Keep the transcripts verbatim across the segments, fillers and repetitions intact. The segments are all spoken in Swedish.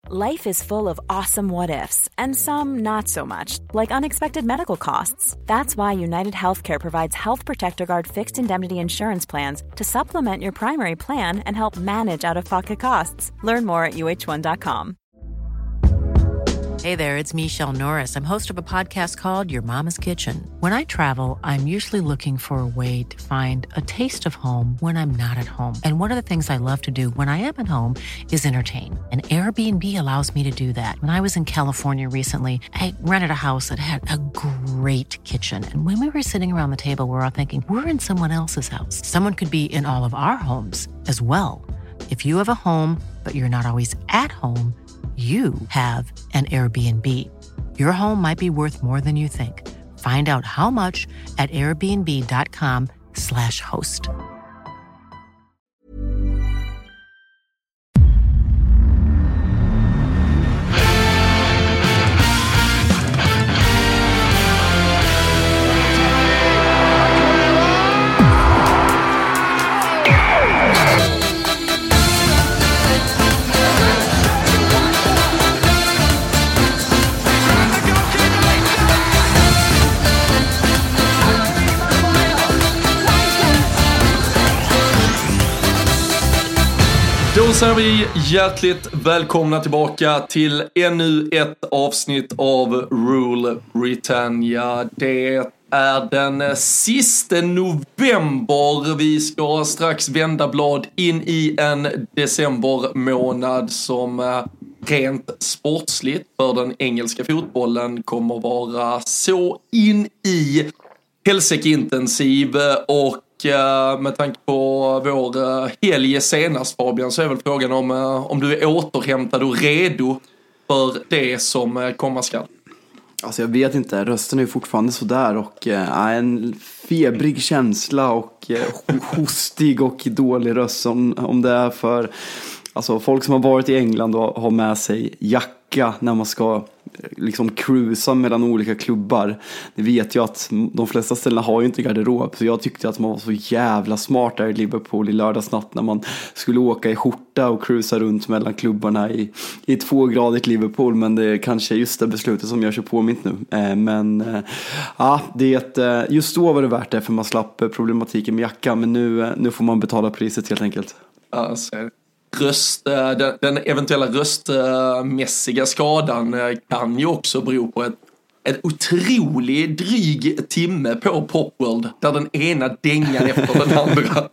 Life is full of awesome what-ifs, and some not so much, like unexpected medical costs. That's why United Healthcare provides Health Protector Guard fixed indemnity insurance plans to supplement your primary plan and help manage out-of-pocket costs. Learn more at U H one dot com. Hey there, it's Michelle Norris. I'm host of a podcast called Your Mama's Kitchen. When I travel, I'm usually looking for a way to find a taste of home when I'm not at home. And one of the things I love to do when I am at home is entertain. And Airbnb allows me to do that. When I was in California recently, I rented a house that had a great kitchen. And when we were sitting around the table, we were all thinking, we're in someone else's house. Someone could be in all of our homes as well. If you have a home, but you're not always at home, you have an Airbnb. Your home might be worth more than you think. Find out how much at airbnb.com slash host. Då säger vi hjärtligt välkomna tillbaka till ännu ett avsnitt av Rule Britannia. Det är den sista november. Vi ska strax vända blad in i en decembermånad som rent sportsligt för den engelska fotbollen kommer vara så in i helsike intensiv. Och med tanke på vår helg senast, Fabian, så är väl frågan om, om du är återhämtad och redo för det som komma skall. Alltså jag vet inte, rösten är fortfarande sådär och äh, en febrig känsla och äh, hostig och dålig röst om, om det är för alltså, folk som har varit i England och har med sig jacka när man ska liksom cruisa mellan olika klubbar. Det vet jag att de flesta ställena har ju inte garderob, så jag tyckte att man var så jävla smart där i Liverpool i lördagsnatt när man skulle åka i skjorta och cruisa runt mellan klubbarna i, i tvågradigt Liverpool, men det är kanske just det beslutet som gör sig påmint nu. Eh, men eh, ja, det, eh, just då var det värt det, för man slapp problematiken med jacka, men nu, eh, nu får man betala priset helt enkelt. Ja, så Röst, den, den eventuella röstmässiga skadan kan ju också bero på ett, ett otroligt dryg timme på Popworld där den ena dängan efter den andra.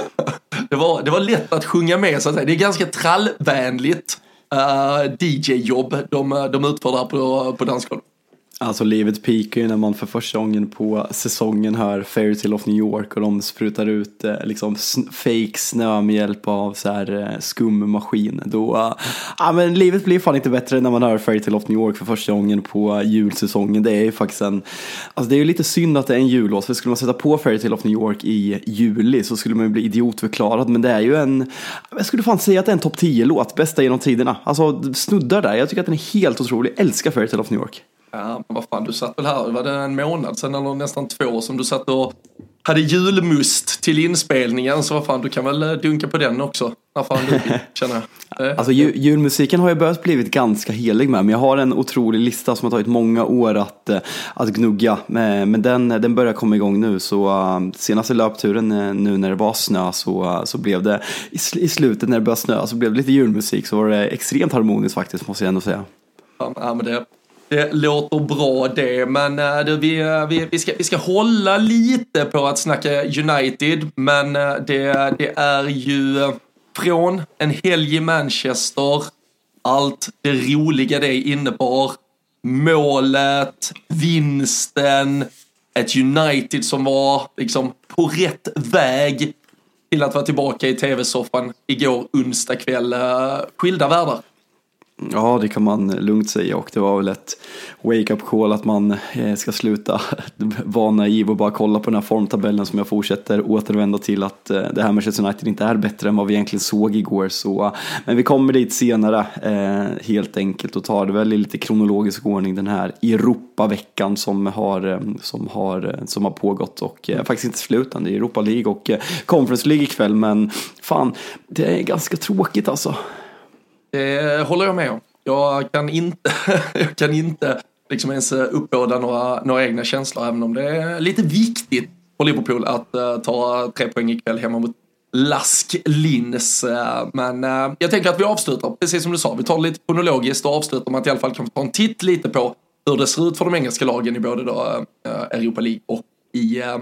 Det var, det var lätt att sjunga med, så att säga. Det är ganska trallvänligt uh, D J-jobb de, de utför där på, på dansgolv. Alltså livet pikar ju när man för första gången på säsongen hör Fairytale of New York och de sprutar ut eh, liksom sn- fake snö med hjälp av så här eh, skummaskin. Då, uh, ja, men livet blir fan inte bättre när man hör Fairytale of New York för första gången på julsäsongen. Det är ju faktiskt en, alltså det är ju lite synd att det är en jullåt, för skulle man sätta på Fairytale of New York i juli så skulle man ju bli idiotförklarad, men det är ju en, jag skulle fan säga att det är en topp tio-låt, bästa genom tiderna. Alltså snuddar där, jag tycker att den är helt otrolig, jag älskar Fairytale of New York. Ja, men vad fan, du satt väl här, var det en månad sedan eller nästan två som du satt och hade julmust till inspelningen, så vad fan, du kan väl dunka på den också. Vad fan du känner jag. Alltså ju, julmusiken har ju börjat blivit ganska helig med, men jag har en otrolig lista som har tagit många år att, att gnugga, men den, den börjar komma igång nu, så uh, senaste löpturen nu när det var snö så, uh, så blev det i, i slutet när det började snö så blev det lite julmusik, så var det extremt harmoniskt faktiskt, måste jag ändå säga. Ja, men det Det låter bra det, men uh, vi, uh, vi, vi, ska, vi ska hålla lite på att snacka United, men uh, det, det är ju uh, från en helg i Manchester, allt det roliga det innebar, målet, vinsten, ett United som var liksom på rätt väg till att vara tillbaka i tv-soffan igår onsdag kväll. Uh, skilda världar. Ja, det kan man lugnt säga, och det var väl ett wake-up call att man ska sluta vara naiv och bara kolla på den här formtabellen som jag fortsätter återvända till, att det här Manchester United inte är bättre än vad vi egentligen såg igår. Så, men vi kommer dit senare eh, helt enkelt och tar det väl i lite kronologisk ordning den här Europaveckan som har, som har, som har pågått och eh, faktiskt inte slutande i Europa League och eh, Conference League ikväll, men fan, det är ganska tråkigt alltså. Det håller jag med om. Jag kan inte, jag kan inte liksom ens uppbåda några, några egna känslor, även om det är lite viktigt för Liverpool att uh, ta tre poäng ikväll hemma mot Lask Linz. Uh, men uh, jag tänker att vi avslutar, precis som du sa, vi tar det lite kronologiskt och avslutar med att i alla fall kan ta en titt lite på hur det ser ut för de engelska lagen i både då, uh, Europa League och i uh,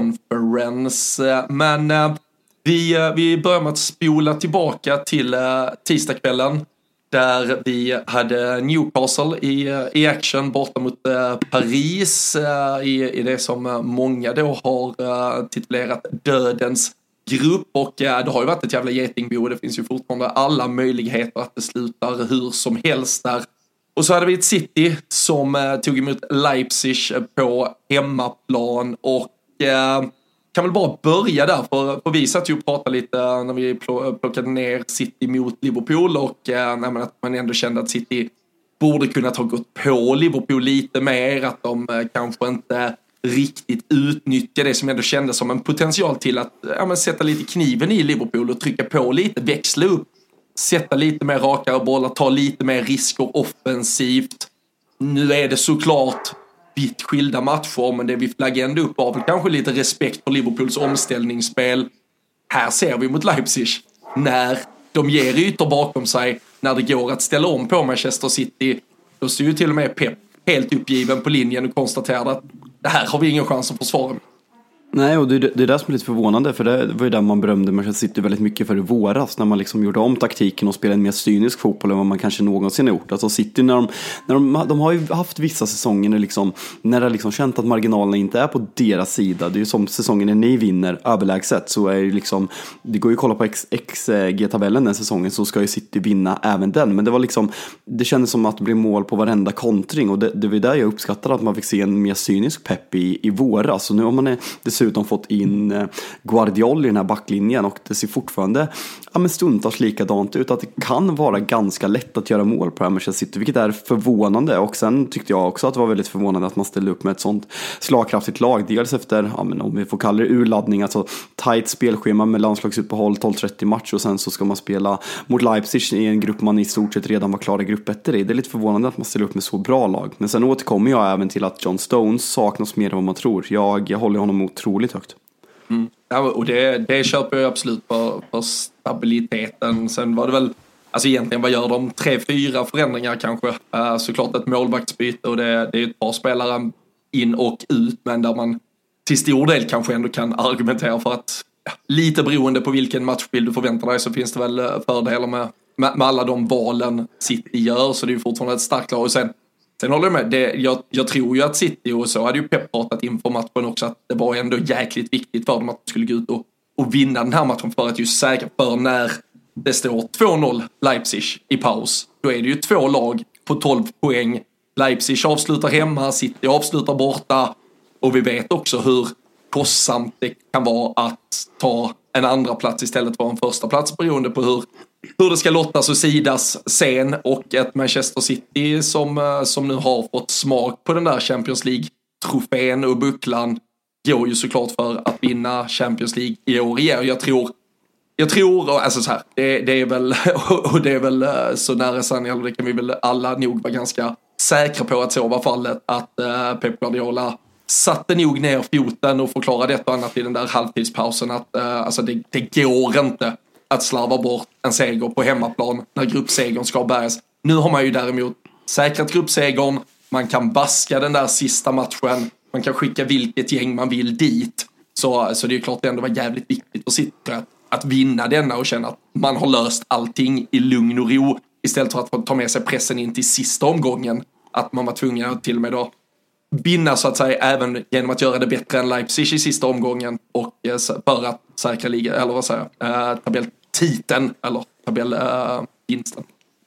Conference. Uh, men uh, vi, uh, vi börjar med att spola tillbaka till uh, tisdagskvällen, där vi hade Newcastle i, i action borta mot uh, Paris uh, i, i det som uh, många då har uh, titulerat dödens grupp. Och uh, det har ju varit ett jävla getingbo, det finns ju fortfarande alla möjligheter att det slutar hur som helst där. Och så hade vi ett City som uh, tog emot Leipzig på hemmaplan och uh, kan väl bara börja där, för, för vi satt ju och pratade lite när vi plockade ner City mot Liverpool och äh, nej, att man ändå kände att City borde kunna ta gått på Liverpool lite mer, att de äh, kanske inte riktigt utnyttjar det som ändå kändes som en potential till att ja, men sätta lite kniven i Liverpool och trycka på lite, växla upp, sätta lite mer rakare bollar, ta lite mer risker offensivt. Nu är det såklart vitt skilda matcher, men det vi flaggar ändå upp av kanske lite respekt för Liverpools omställningsspel. Här ser vi mot Leipzig när de ger ytor bakom sig, när det går att ställa om på Manchester City, då står ju till och med Pep helt uppgiven på linjen och konstaterar att det här har vi ingen chans att försvara. Nej, och det, det är det som är lite förvånande, för det var ju där man berömde Manchester City väldigt mycket för i våras, när man liksom gjorde om taktiken och spelade en mer cynisk fotboll än vad man kanske någonsin har gjort. Alltså City, när de, när de, de har ju haft vissa säsonger liksom, när det liksom känt att marginalerna inte är på deras sida. Det är ju som säsongen när ni vinner överlägset, så är det liksom, det går ju att kolla på X G-tabellen den säsongen, så ska ju City vinna även den. Men det var liksom, det kändes som att det blev mål på varenda kontring, och det, det var där jag uppskattade att man fick se en mer cynisk pepp i, i våras. Och nu har man det dessutom fått in Guardiol i den här backlinjen, och det ser fortfarande ja, men stundtals likadant ut, att det kan vara ganska lätt att göra mål på Manchester City, vilket är förvånande. Och sen tyckte jag också att det var väldigt förvånande att man ställde upp med ett sånt slagkraftigt lag, dels efter, ja, men om vi får kalla det urladdning, alltså tight spelschema med landslagsuppehåll, tolv trettio match, och sen så ska man spela mot Leipzig i en grupp man i stort sett redan var klar i grupp ett i. Det är lite förvånande att man ställer upp med så bra lag. Men sen återkommer jag även till att John Stones saknas mer än vad man tror. Jag, jag håller honom otroligt högt. Mm. Ja, och det, det köper jag absolut på, på stabiliteten. Sen var det väl, alltså egentligen vad gör de? Tre, fyra förändringar kanske. Uh, såklart ett målvaktsbyte, och det, det är ett par spelare in och ut, men där man till stor del kanske ändå kan argumentera för att ja, lite beroende på vilken matchbild du förväntar dig, så finns det väl fördelar med, med, med alla de valen City gör, så det är ju fortfarande ett starkt lag. Och sen Sen håller jag med, det, jag, jag tror ju att City, och så hade ju Pep pratat inför matchen också, att det var ändå jäkligt viktigt för dem att de skulle gå ut och, och vinna den här matchen, för att just säkra, för när det står två noll Leipzig i paus, då är det ju två lag på tolv poäng. Leipzig avslutar hemma, City avslutar borta, och vi vet också hur kostsamt det kan vara att ta en andra plats istället för en första plats, beroende på hur hur det ska lottas och sidas sen, och ett Manchester City som, som nu har fått smak på den där Champions League-trofén och bucklan går ju såklart för att vinna Champions League i år igen. Jag tror, jag tror alltså så här, det, det är väl, och det är väl så nära sanning, eller det kan vi väl alla nog vara ganska säkra på att så var fallet, att uh, Pep Guardiola satte nog ner foten och förklarade ett och annat i den där halvtidspausen, att uh, alltså det, det går inte att slarva bort en seger på hemmaplan när gruppsegern ska bäras. Nu har man ju däremot säkrat gruppsegern, man kan baska den där sista matchen, man kan skicka vilket gäng man vill dit. Så, så det är ju klart det ändå var jävligt viktigt att sitta att, att vinna denna och känna att man har löst allting i lugn och ro, istället för att få ta med sig pressen in till sista omgången. Att man var tvungen att till och med då vinna så att säga, även genom att göra det bättre än Leipzig i sista omgången, och för att säkra liga, eller vad säger jag, äh, tabelltiteln eller tabellvinsten. Äh,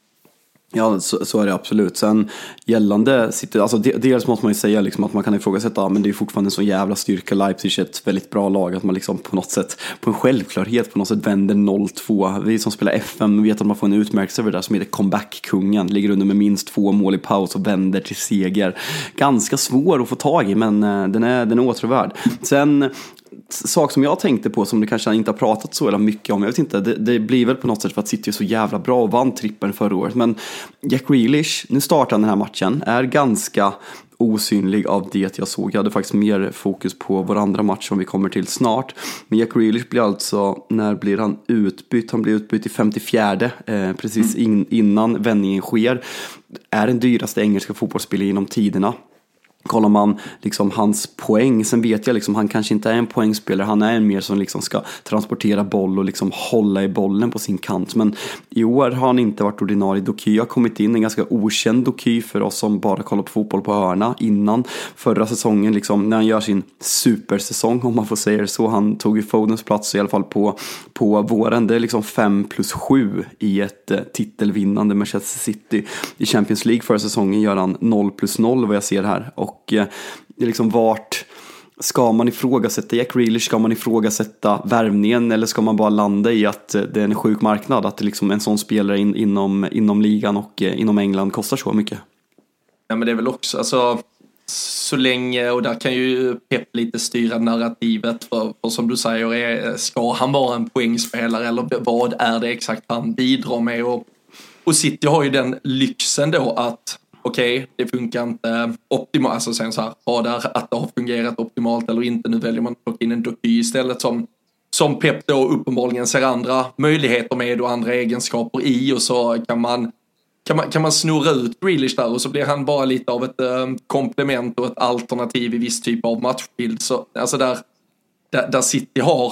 Ja, så, så är det absolut. Sen gällande City, alltså dels måste man ju säga liksom att man kan ifrågasätta, men det är fortfarande en så jävla styrka. Leipzig är ett väldigt bra lag, att man liksom på något sätt, på en självklarhet på något sätt vänder noll två. Vi som spelar F M vet att man får en utmärkelse över det där som heter comeback-kungen. Ligger under med minst två mål i paus och vänder till seger. Ganska svår att få tag i, men den är, den är återvärd. Sen sak som jag tänkte på som det kanske inte har pratat så eller mycket om, jag vet inte, det, det blir väl på något sätt för att City är så jävla bra och vann trippen förra året, men Jack Grealish, nu startar han den här matchen, är ganska osynlig av det jag såg. Jag hade faktiskt mer fokus på vår andra match som vi kommer till snart. Men Jack Grealish blir alltså, när blir han utbytt? Han blir utbytt i femtiofjärde, eh, precis in, innan vändningen sker. Är den dyraste engelska fotbollsspelaren genom tiderna. Kollar man liksom hans poäng, sen vet jag liksom han kanske inte är en poängspelare, han är en mer som liksom ska transportera boll och liksom hålla i bollen på sin kant, men i år har han inte varit ordinarie. Doky har kommit in, en ganska okänd Doky för oss som bara kollar på fotboll på hörna innan förra säsongen, liksom när han gör sin supersäsong, om man får säga det så. Han tog ju Fodens plats i alla fall på, på våren. Det är liksom fem plus sju i ett eh, titelvinnande Manchester City. I Champions League förra säsongen gör han noll plus noll vad jag ser här. Och Och eh, liksom vart ska man ifrågasätta Jack Grealish? Ska man ifrågasätta värvningen, eller ska man bara landa i att eh, det är en sjuk marknad, att liksom en sån spelare in, inom, inom ligan och eh, inom England kostar så mycket? Ja, men det är väl också, alltså, så länge, och där kan ju Pep lite styra narrativet för, för som du säger, är, ska han vara en poängspelare eller vad är det exakt han bidrar med? Och, och City har ju den lyxen då att okej, okay, det funkar inte optimalt, alltså sen så här, ja, där, att det har fungerat optimalt eller inte. Nu väljer man att plocka in en Doky istället som, som Pep då uppenbarligen ser andra möjligheter med och andra egenskaper i, och så kan man, kan man, kan man snurra ut Grealish där och så blir han bara lite av ett eh, komplement och ett alternativ i viss typ av matchbild. Så alltså där, där, där City har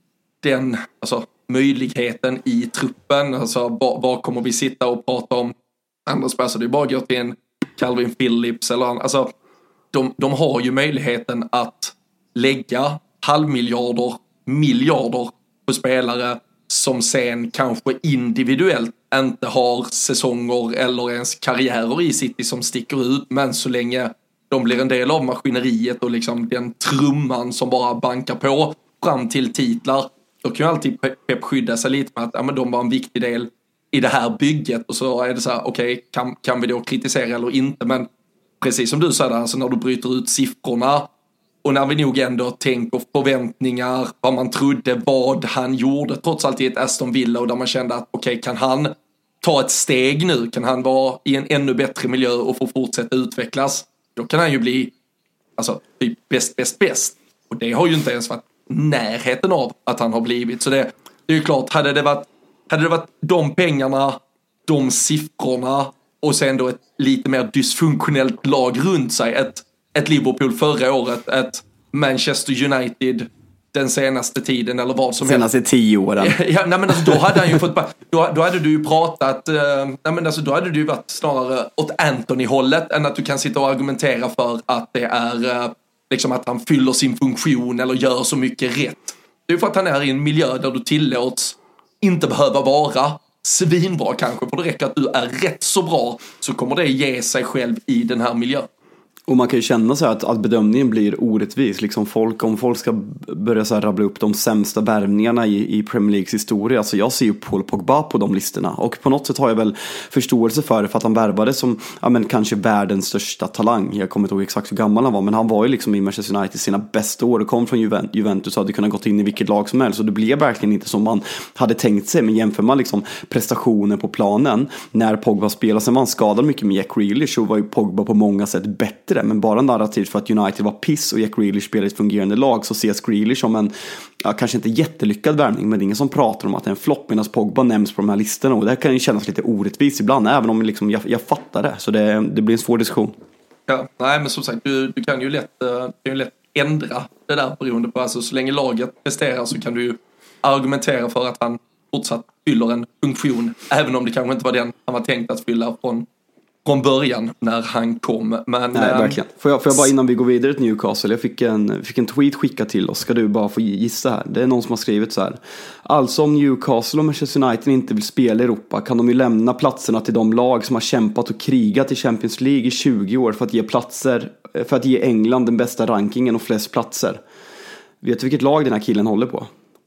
den alltså, möjligheten i truppen, alltså var, var kommer vi sitta och prata om andra spelare? Det är bara att gå till en Calvin Phillips eller alltså, de, de har ju möjligheten att lägga halvmiljarder, miljarder på spelare som sen kanske individuellt inte har säsonger eller ens karriärer i City som sticker ut, men så länge de blir en del av maskineriet och liksom den trumman som bara bankar på fram till titlar, då kan ju alltid Pep skydda sig lite med att ja, men de var en viktig del i det här bygget, och så är det så här, okej, okay, kan, kan vi då kritisera eller inte? Men precis som du sa där, alltså när du bryter ut siffrorna och när vi nog ändå tänker förväntningar, vad man trodde, vad han gjorde trots allt i ett Aston Villa, och där man kände att okej, okay, kan han ta ett steg nu? Kan han vara i en ännu bättre miljö och få fortsätta utvecklas? Då kan han ju bli alltså typ bäst, bäst, bäst. Och det har ju inte ens varit närheten av att han har blivit. Så det, det är ju klart, hade det varit Hade det varit de pengarna, de siffrorna och sen då ett lite mer dysfunktionellt lag runt sig, ett, ett Liverpool förra året, ett Manchester United den senaste tiden eller vad som senaste helst. tio åren. Ja, nej, men alltså, då hade han ju fått, då, då hade du ju pratat, eh, nej, men alltså, då hade du ju varit snarare åt Anthony-hållet än att du kan sitta och argumentera för att det är eh, liksom att han fyller sin funktion eller gör så mycket rätt. Det är för att han är i en miljö där du tillåts inte behöva vara svinbra kanske, för det räcker att du är rätt så bra så kommer det ge sig själv i den här miljön. Och man kan ju känna så här att, att bedömningen blir orättvis. Liksom folk, om folk ska börja så här rabbla upp de sämsta värvningarna i, i Premier Leagues historia. Alltså jag ser ju Paul Pogba på de listorna. Och på något sätt har jag väl förståelse för det, för att han värvade som ja, men kanske världens största talang. Jag kommer inte ihåg exakt hur gammal han var, men han var ju liksom i Manchester United sina bästa år och kom från Juventus, Juventus och hade kunnat gått in i vilket lag som helst. Så det blev verkligen inte som man hade tänkt sig. Men jämför man liksom prestationen på planen när Pogba spelade, sen var han skadad mycket med Jack Grealish, så var ju Pogba på många sätt bättre. Men bara narrativt för att United var piss och Jack Grealish spelade ett fungerande lag, så ses Grealish som en, ja, kanske inte jättelyckad värvning, men det är ingen som pratar om att det är en flopp, medan Pogba nämns på de här listorna, och det här kan ju kännas lite orättvist ibland, även om liksom jag, jag fattar det, så det, det blir en svår diskussion. Ja, nej, men som sagt, du, du kan ju lätt, uh, kan ju lätt ändra det där beroende på, alltså så länge laget presterar så kan du ju argumentera för att han fortsatt fyller en funktion, även om det kanske inte var den han var tänkt att fylla från från början när han kom. Men, nej, verkligen. Får jag, får jag bara innan vi går vidare till Newcastle, jag fick en, fick en tweet skickad till oss, ska du bara få gissa här. Det är någon som har skrivit så här: alltså om Newcastle och Manchester United inte vill spela i Europa kan de ju lämna platserna till de lag som har kämpat och krigat i Champions League i tjugo år för att ge platser, för att ge England den bästa rankingen och flest platser. Vet du vilket lag den här killen håller på?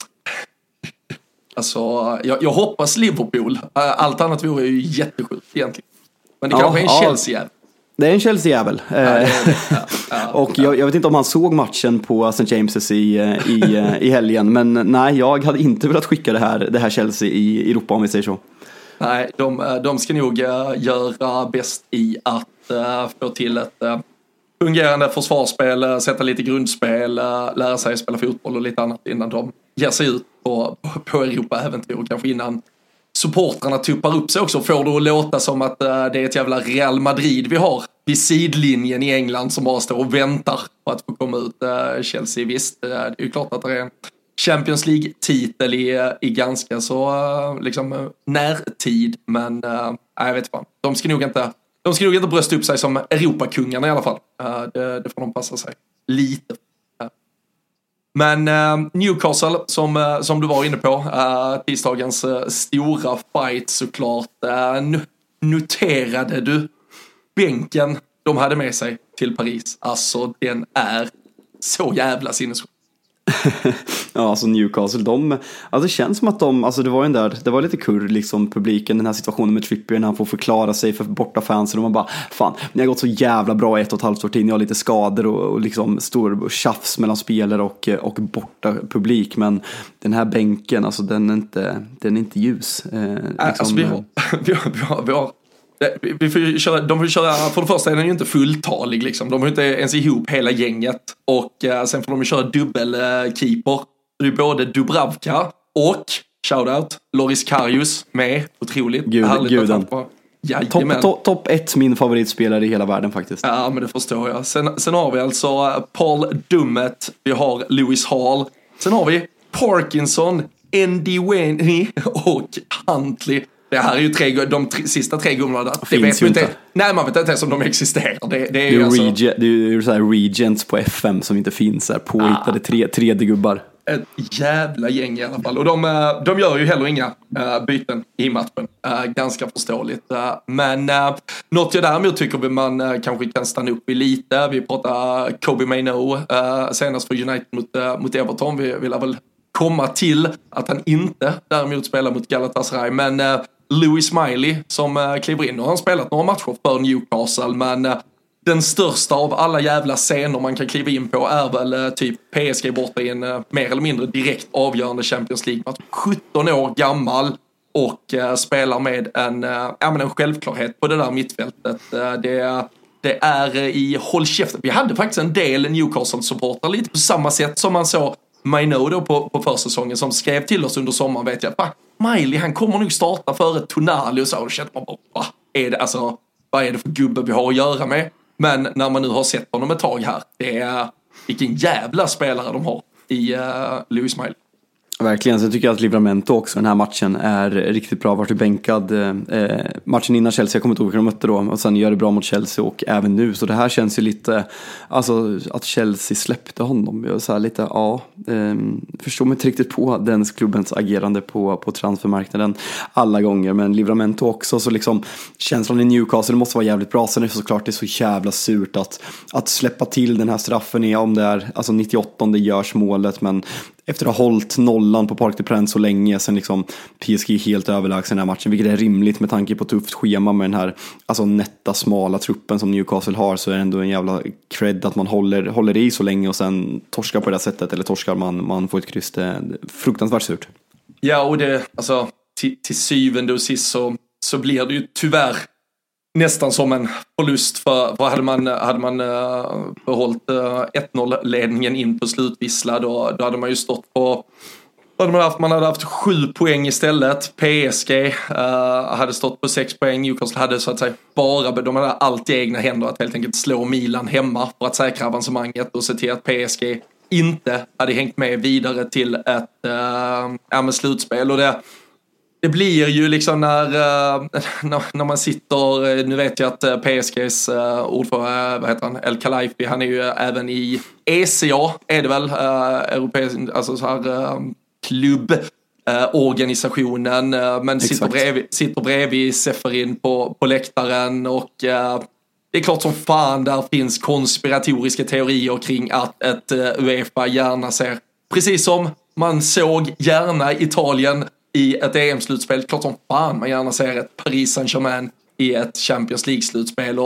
Alltså, jag, jag hoppas Liverpool. Allt annat vore ju jättesjukt egentligen. Men det ja, kanske är en ja. Chelsea. Det är en Chelsea-jävel. Ja, det är det. Ja, ja, och ja. Jag, jag vet inte om han såg matchen på Saint James's i, i, i helgen. Men nej, jag hade inte velat skicka det här, det här Chelsea i Europa, om vi säger så. Nej, de, de ska nog göra bäst i att uh, få till ett uh, fungerande försvarsspel, sätta lite grundspel, uh, lära sig spela fotboll och lite annat innan de ger sig ut på, på, på Europa-äventyr, och kanske innan supportrarna tuppar upp sig också, får det att låta som att uh, det är ett jävla Real Madrid vi har vid sidlinjen i England som bara står och väntar på att få komma ut. Uh, Chelsea, visst, uh, det är ju klart att det är en Champions League-titel i, i ganska så uh, liksom, uh, närtid, men uh, jag vet inte, de ska nog inte de ska nog inte brösta upp sig som Europakungarna i alla fall. Uh, det, det får de passa sig lite. Uh. Men uh, Newcastle, som, uh, som du var inne på, uh, tisdagens uh, stora fight såklart. Uh, noterade du bänken de hade med sig till Paris? Alltså, den är så jävla sinnessjuk. Ja, alltså Newcastle, de, alltså det känns som att de, alltså det var ju där, det var lite kurr liksom, publiken, den här situationen med Trippier när han får förklara sig för borta fansen, och man bara, fan, ni har gått så jävla bra ett och ett halvt år till, ni har lite skador och, och liksom stor tjafs mellan spelare och, och borta publik, men den här bänken, alltså den är inte, den är inte ljus. Eh, liksom, alltså vi har, vi har, vi har, vi har Vi får köra, de får köra, för det första är den ju inte fulltalig liksom. De har inte ens ihop hela gänget. Och uh, sen får de ju köra dubbelkeeper. Uh, det är ju både Dubravka och, shoutout, Loris Karius med. Otroligt. Gud, guden. Topp top, top ett min favoritspelare i hela världen faktiskt. Ja, men det förstår jag. Sen, sen har vi alltså Paul Dummett. Vi har Lewis Hall. Sen har vi Parkinson, Ndiweni och Huntley. Det här är ju tre, de tre, sista tre gummarna. Det vet ju inte. inte. Nej, man vet inte ens om de existerar. Det, det är, det är ju alltså, regi, det är ju så här regents på F M som inte finns här. Påhittade ah, tre, tredje gubbar. Ett jävla gäng i alla fall. Och de, de gör ju heller inga uh, byten i matchen. Uh, ganska förståeligt. Uh, men uh, något jag däremot tycker vi man uh, kanske kan stanna upp i lite. Vi pratar uh, Kobe Mainoo uh, senast för United mot, uh, mot Everton. Vi vill väl komma till att han inte däremot spelar mot Galatasaray. Men uh, Louis Smiley som uh, kliver in, och han spelat några matcher för Newcastle, men uh, den största av alla jävla scener man kan kliva in på är väl uh, typ P S G borta i en uh, mer eller mindre direkt avgörande Champions League-match. sjutton år gammal och uh, spelar med en, uh, ja, men en självklarhet på det där mittfältet. Uh, det, det är uh, i håll käften. Vi hade faktiskt en del Newcastle-supportrar lite på samma sätt som man såg Mainoo då på, på försäsongen, som skrev till oss under sommaren, vet jag. Miley, han kommer nog starta före Tonali och så. Och känner man bara, vad är det, alltså, vad är det för gubbe vi har att göra med? Men när man nu har sett honom ett tag här, det är vilken jävla spelare de har i uh, Louis Smiley. Verkligen, så jag tycker att Livramento också den här matchen är riktigt bra, varit bänkad eh, matchen innan Chelsea, jag kommer inte ihåg hur de mötte då, och sen gör det bra mot Chelsea och även nu, så det här känns ju lite, alltså att Chelsea släppte honom, jag så här lite, ja eh, förstår mig inte riktigt på den klubbens agerande på, på transfermarknaden alla gånger, men Livramento också, så liksom känslan i Newcastle måste vara jävligt bra. Sen är det såklart det är så jävla surt att, att släppa till den här straffen i, om det är alltså nittioåtta det görs målet, men efter att ha hållit nollan på Parc des Princes så länge, sen liksom P S G helt överlägsen den här matchen, vilket är rimligt med tanke på tufft schema med den här alltså nätta, smala truppen som Newcastle har, så är det ändå en jävla cred att man håller, håller i så länge och sen torskar på det här sättet, eller torskar man, man får ett kryss, det är fruktansvärt surt. Ja, och det, alltså till, till syvende och sist så, så blir det ju tyvärr nästan som en förlust, för, för hade man, hade man uh, behållit uh, ett noll-ledningen in på slutvissla, då, då hade man ju stått på, hade man, haft, man hade haft sju poäng istället. P S G uh, hade stått på sex poäng. Newcastle hade så att säga bara, de hade allt i egna händer att helt enkelt slå Milan hemma för att säkra avancemanget och se till att P S G inte hade hängt med vidare till ett uh, ja, med slutspel. Och det Det blir ju liksom när, när, när man sitter, nu vet jag att P S Gs ordförande, vad heter han, El Khelaifi, han är ju även i E C A, är det väl, europeisk, alltså så här klubborganisationen, men sitter bredvid, sitter bredvid Seferin på, på läktaren, och det är klart som fan där finns konspiratoriska teorier kring att ett UEFA gärna ser, precis som man såg gärna Italien i ett E M-slutspel, klart som fan man gärna ser ett Paris Saint-Germain i ett Champions League-slutspel, och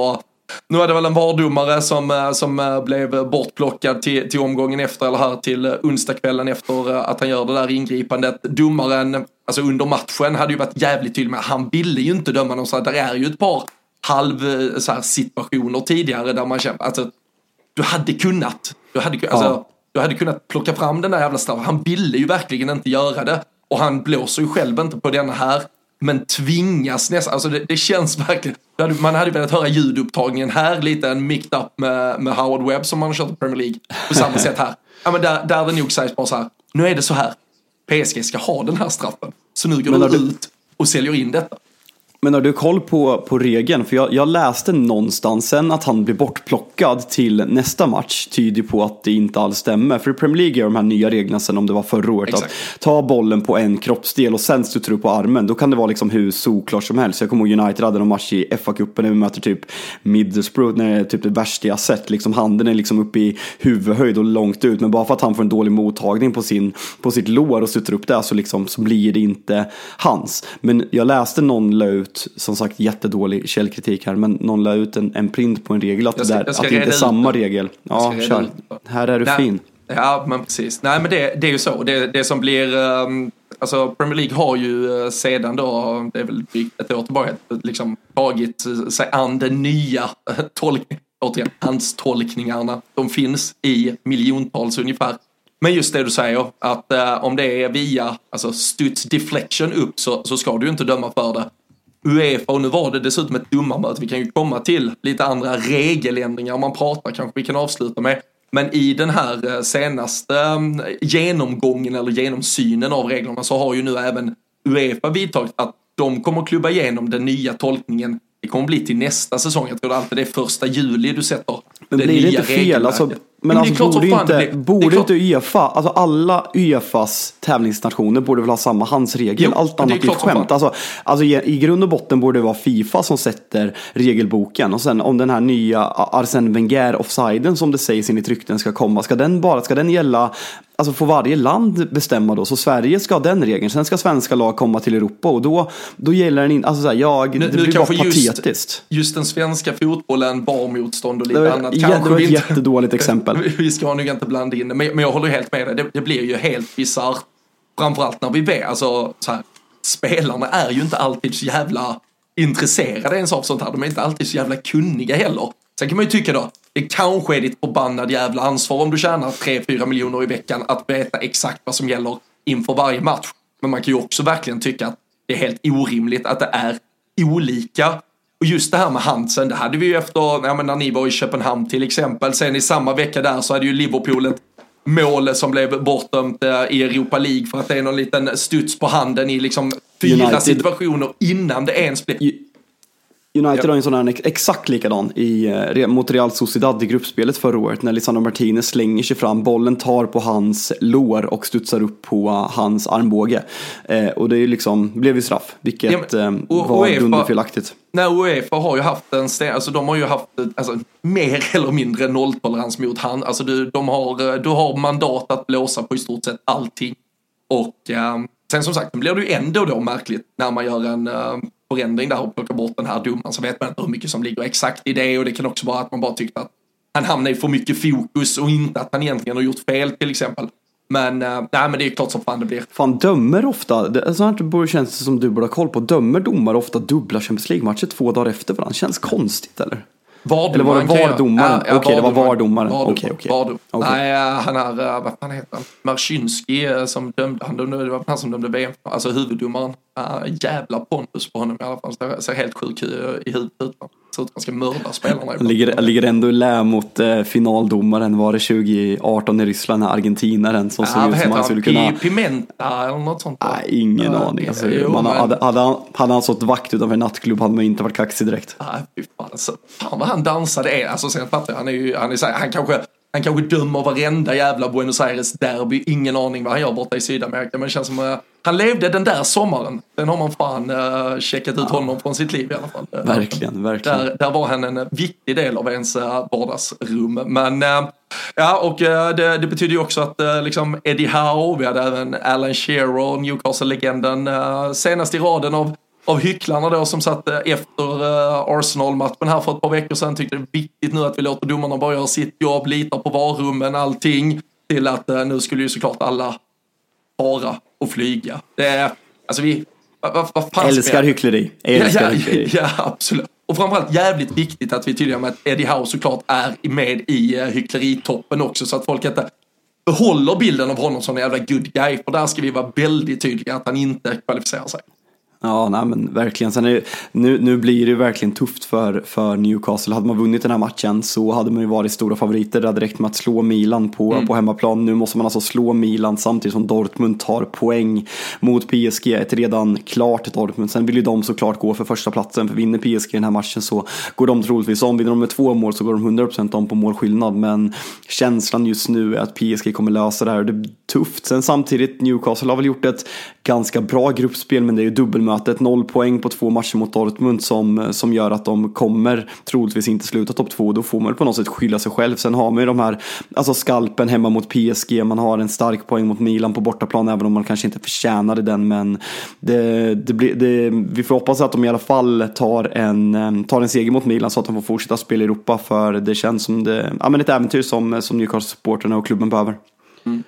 Nu är det väl en vardomare som, som blev bortplockad till, till omgången efter, eller här till onsdagskvällen efter att han gör det där ingripandet. Domaren, alltså under matchen, hade ju varit jävligt tydlig med, han ville ju inte döma någon, så där är ju ett par halv så här, situationer tidigare där man känner, alltså du hade kunnat, du hade, alltså, ja. du hade kunnat plocka fram den där jävla straffen. Han ville ju verkligen inte göra det, och han blåser ju själv inte på denna här, men tvingas nästan, alltså det, det känns verkligen, man hade velat höra ljudupptagningen här, lite en mixed up med, med Howard Webb som man har kört i Premier League på samma sätt här. Ja, men där, där det nog sägs bara så här, nu är det så här, P S G ska ha den här straffen, så nu går de ut och säljer in detta. Men har du koll på, på regeln? För jag, jag läste någonstans sen att han blir bortplockad till nästa match. Tyder på att det inte alls stämmer. För i Premier League är de här nya reglerna sen, om det var förra året. Exakt. Att ta bollen på en kroppsdel och sen studsar upp på armen. Då kan det vara liksom hur soklart som helst. Jag kommer ihåg United hade en match i F A-cupen när vi möter typ Middlesbrough, när det är typ det värsta jag sett. Liksom handen är liksom uppe i huvudhöjd och långt ut. Men bara för att han får en dålig mottagning på, sin, på sitt lår och studsar upp där, så, liksom, så blir det inte hans. Men jag läste någon la ut, som sagt jättedålig källkritik här, men någon la ut en, en print på en regel att, ska, det, att det inte är samma regel. Ja, kör. Här är du Nej, fin. Ja, men precis. Nej, men det, det är ju så. Det, det som blir, um, alltså Premier League har ju uh, sedan då, det är väl ett år tillbaka, liksom tagit uh, sig an den nya uh, tolkningen, återigen, hans tolkningarna. De finns i miljontals ungefär. Men just det du säger, att uh, om det är via alltså studs deflection upp, så, så ska du ju inte döma för det. UEFA, och nu var det dessutom ett domarmöte, vi kan ju komma till lite andra regeländringar om man pratar, kanske vi kan avsluta med. Men i den här senaste genomgången eller genomsynen av reglerna, så har ju nu även UEFA vidtagit att de kommer klubba igenom den nya tolkningen. Det kommer bli till nästa säsong. Jag tror alltid det är första juli du sätter. Men blir det inte fel? Alltså, men, men alltså, borde inte, blir, borde inte UEFA, alltså alla UEFAs tävlingsnationer borde väl ha samma handsregel? Jo, allt annat är ett skämt. Alltså, alltså i, i grund och botten borde det vara FIFA som sätter regelboken. Och sen om den här nya Arsène Wenger offsiden, som det sägs in i rykten, ska komma, ska den bara, ska den gälla, alltså får varje land bestämma då? Så Sverige ska ha den regeln, sen ska svenska lag komma till Europa, och då, då gäller den inte, alltså så här, jag, nu, det nu blir bara just, patetiskt. Just den svenska fotbollen, barmotstånd och lite det, annat. Ja, det var ett inte, jättedåligt exempel. Vi ska nog inte blanda in det, men, men jag håller helt med dig. Det, det blir ju helt bizarrt, framförallt när vi vet, alltså så här, spelarna är ju inte alltid så jävla intresserade ens av sånt här. De är inte alltid så jävla kunniga heller. Sen kan man ju tycka då, det kanske är ditt förbannade jävla ansvar om du tjänar tre fyra miljoner i veckan att veta exakt vad som gäller inför varje match. Men man kan ju också verkligen tycka att det är helt orimligt att det är olika. Och just det här med Hansen, det hade vi ju efter, ja, men när ni var i Köpenhamn till exempel. Sen i samma vecka där så hade ju Liverpool ett mål som blev bortdömt i Europa League för att det är någon liten studs på handen i liksom fyra United. Situationer innan det ens blev... United ja. har en sån här exakt likadan i, mot Real Sociedad i gruppspelet förra året, när Lisandro Martinez slänger sig fram, bollen tar på hans lår och studsar upp på hans armbåge. Eh, och det är liksom, blev ju straff, vilket ja, men, eh, var UEFA, dunderfelaktigt. Nej, UEFA har ju haft en sten, alltså de har ju haft alltså, mer eller mindre nolltolerans mot han. Alltså du, de har, du har mandat att blåsa på i stort sett allting. Och eh, sen som sagt, blir det ju ändå då märkligt när man gör en eh, förändring där och plockar bort den här domaren, så vet man inte hur mycket som ligger exakt i det, och det kan också vara att man bara tyckte att han hamnar i för mycket fokus och inte att han egentligen har gjort fel till exempel. Men, äh, nej, men det är klart som fan det blir. Fan, dömer ofta, det, så här borde känns det som du borde ha koll på, dömer domare ofta dubbla Champions League-matcher två dagar efter varandra? Känns konstigt, eller? Var eller var det var-domaren? Ja, ja, okej, det var var-domaren. Var okej, okej. Okay. Nej, han är, vad fan heter han? Marczynski som dömde, han dömde, det var han som dömde V M, alltså huvuddomaren. Uh, jävla pondus på honom i alla fall. Så ser helt sjuk i huvudet ut. Så att han ska mörda spelarna. Han ligger, ligger ändå i lä mot eh, finaldomaren. Var det tjugo arton i Ryssland, argentinaren som ja, såg ut som han skulle kunna... Pimenta eller något sånt. Nej, ingen uh, aning. Alltså, jo, man, men... hade, hade, han, hade han sått vakt utanför en nattklubb hade man inte varit kaxig direkt. Nej, fy fan. Alltså, fan vad han dansade är. Alltså, sen fattar jag, han är ju, han är så här, han kanske... Han kanske dömer varenda jävla Buenos Aires derby. Ingen aning vad han gör borta i Sydamerika. Men det känns som uh, han levde den där sommaren. Den har man fan uh, checkat ut ja. honom från sitt liv i alla fall. Verkligen, verkligen. Där, där var han en viktig del av ens uh, vardagsrum. Men uh, ja, och uh, det, det betyder ju också att uh, liksom Eddie Howe, vi hade även Alan Shearer, Newcastle-legenden, uh, senast i raden av av hycklarna då som satt efter Arsenal-matchen här för ett par veckor sedan tyckte det är viktigt nu att vi låter domarna bara göra sitt jobb, litar på varummen, allting, till att nu skulle ju såklart alla fara och flyga. Det är, alltså vi... Vad, vad fan älskar hyckleri. Älskar ja, hyckleri. Ja, ja, absolut. Och framförallt jävligt viktigt att vi tydliga med att Eddie Howe såklart är med i hyckleritoppen också, så att folk inte behåller bilden av honom som en jävla good guy, för där ska vi vara väldigt tydliga att han inte kvalificerar sig. Ja, nej, men verkligen. Sen är det, nu, nu blir det verkligen tufft för, för Newcastle. Hade man vunnit den här matchen så hade man ju varit stora favoriter. Det hade räckt med att slå Milan på, mm. på hemmaplan. Nu måste man alltså slå Milan samtidigt som Dortmund tar poäng mot P S G. Ett redan klart Dortmund. Sen vill ju de såklart gå för första platsen. För vinner P S G den här matchen så går de troligtvis om. Vinner de med två mål så går de hundra procent om på målskillnad. Men känslan just nu är att P S G kommer lösa det här. Det är tufft. Sen samtidigt, Newcastle har väl gjort ett ganska bra gruppspel, men det är ju dubbelmötet. Noll poäng på två matcher mot Dortmund som, som gör att de kommer troligtvis inte sluta topp två. Då får man på något sätt skylla sig själv. Sen har man ju de här, alltså skalpen hemma mot P S G. Man har en stark poäng mot Milan på bortaplan, även om man kanske inte förtjänade den. Men det, det blir, det, vi får hoppas att de i alla fall tar en, tar en seger mot Milan så att de får fortsätta spela i Europa. För det känns som det, ja, men ett äventyr som, som Newcastle-supporterna och klubben behöver. Mm.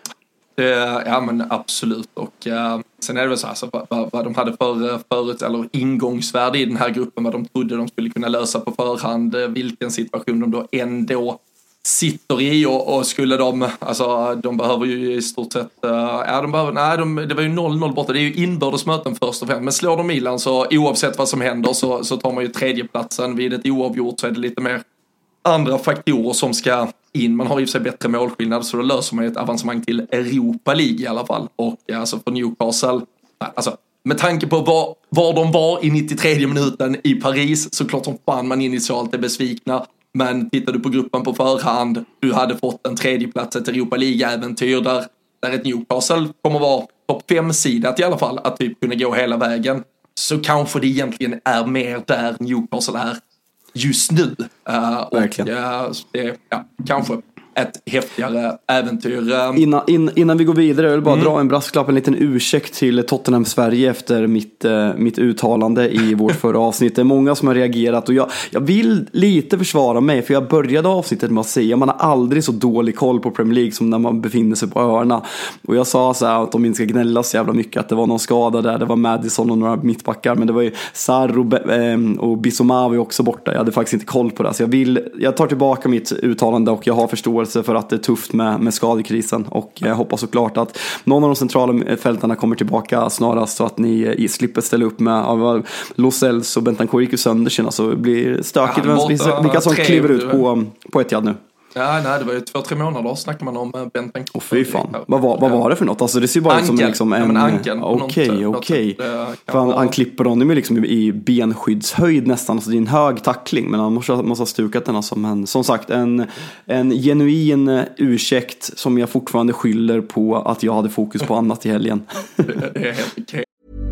Ja, men absolut. Och uh, sen är det väl så här, så vad, vad de hade för förut, eller ingångsvärde i den här gruppen, vad de trodde de skulle kunna lösa på förhand, vilken situation de då ändå sitter i, och, och skulle de, alltså de behöver ju i stort sett, uh, ja de behöver, nej de, det var ju noll noll borta, det är ju inbördesmöten först och främst, men slår de Milan så oavsett vad som händer så, så tar man ju tredjeplatsen. Vid ett oavgjort så är det lite mer andra faktorer som ska in. Man har ju för sig bättre målskillnad, så då löser man ju ett avancemang till Europa League i alla fall. Och alltså för Newcastle, alltså med tanke på var, var de var i nittiotredje minuten i Paris, så klart som fan man initialt är besvikna. Men tittar du på gruppen på förhand, du hade fått en tredjeplats, ett Europa League-äventyr där, där ett Newcastle kommer vara topp fem-sidat i alla fall, att typ kunna gå hela vägen. Så kanske det egentligen är mer där Newcastle är just nu. Uh, och uh, det, ja, kanske ett häftigare äventyr. Innan, in, innan vi går vidare, jag vill bara mm. dra en brasklapp, en liten ursäkt till Tottenham Sverige efter mitt, uh, mitt uttalande i vårt förra avsnitt. Det är många som har reagerat, och jag, jag vill lite försvara mig, för jag började avsnittet med att säga man har aldrig så dålig koll på Premier League som när man befinner sig på öarna. Och jag sa så här att de inte ska gnälla så jävla mycket, att det var någon skada där, det var Madison och några mittbackar, men det var ju Sarr och, eh, och Bissouma var ju också borta. Jag hade faktiskt inte koll på det, så jag, vill, jag tar tillbaka mitt uttalande, och jag har förståelse för att det är tufft med, med skadekrisen, och jag hoppas såklart att någon av de centrala fältarna kommer tillbaka snarast, så att ni i slipper ställa upp med av Lo Celso och Bentancur gick ju sönder sen, så det blir stökigt ja, vilka, vilka som kliver ut på, på Etihad nu. Ja, nej, det var ju två, tre månader snackar man om Bentancur. Åh fy fan, vad var, vad var det för något? Alltså det ser bara ut som liksom en... Ja, okej, okej. Han, han klipper honom ju liksom i benskyddshöjd nästan, alltså det är en hög tackling, men han måste, måste ha stukat den alltså. Men som sagt, en, en genuin ursäkt som jag fortfarande skyller på att jag hade fokus på annat i helgen. Det är helt okej.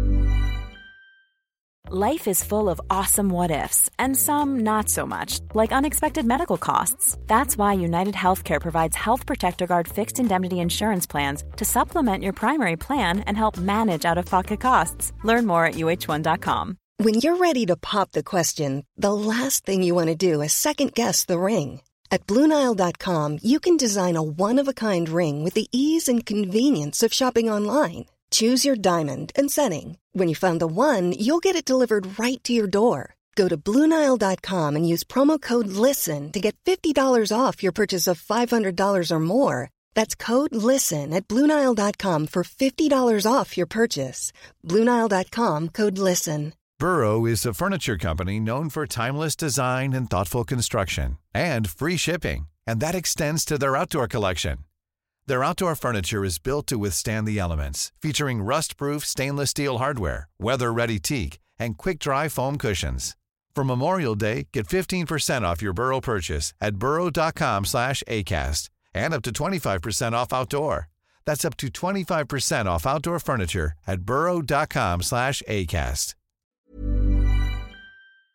Life is full of awesome what-ifs, and some not so much, like unexpected medical costs. That's why United Healthcare provides Health Protector Guard fixed indemnity insurance plans to supplement your primary plan and help manage out-of-pocket costs. Learn more at U H one dot com. When you're ready to pop the question, the last thing you want to do is second-guess the ring. At Blue Nile dot com, you can design a one-of-a-kind ring with the ease and convenience of shopping online. Choose your diamond and setting. When you find the one, you'll get it delivered right to your door. Go to Blue Nile dot com and use promo code LISTEN to get fifty dollars off your purchase of five hundred dollars or more. That's code LISTEN at Blue Nile dot com for fifty dollars off your purchase. Blue Nile dot com, code LISTEN. Burrow is a furniture company known for timeless design and thoughtful construction, and free shipping, and that extends to their outdoor collection. Their outdoor furniture is built to withstand the elements, featuring rust-proof stainless steel hardware, weather-ready teak, and quick-dry foam cushions. For Memorial Day, get fifteen percent off your Burrow purchase at burrow dot com slash acast, and up to twenty-five percent off outdoor. That's up to twenty-five percent off outdoor furniture at burrow dot com slash acast.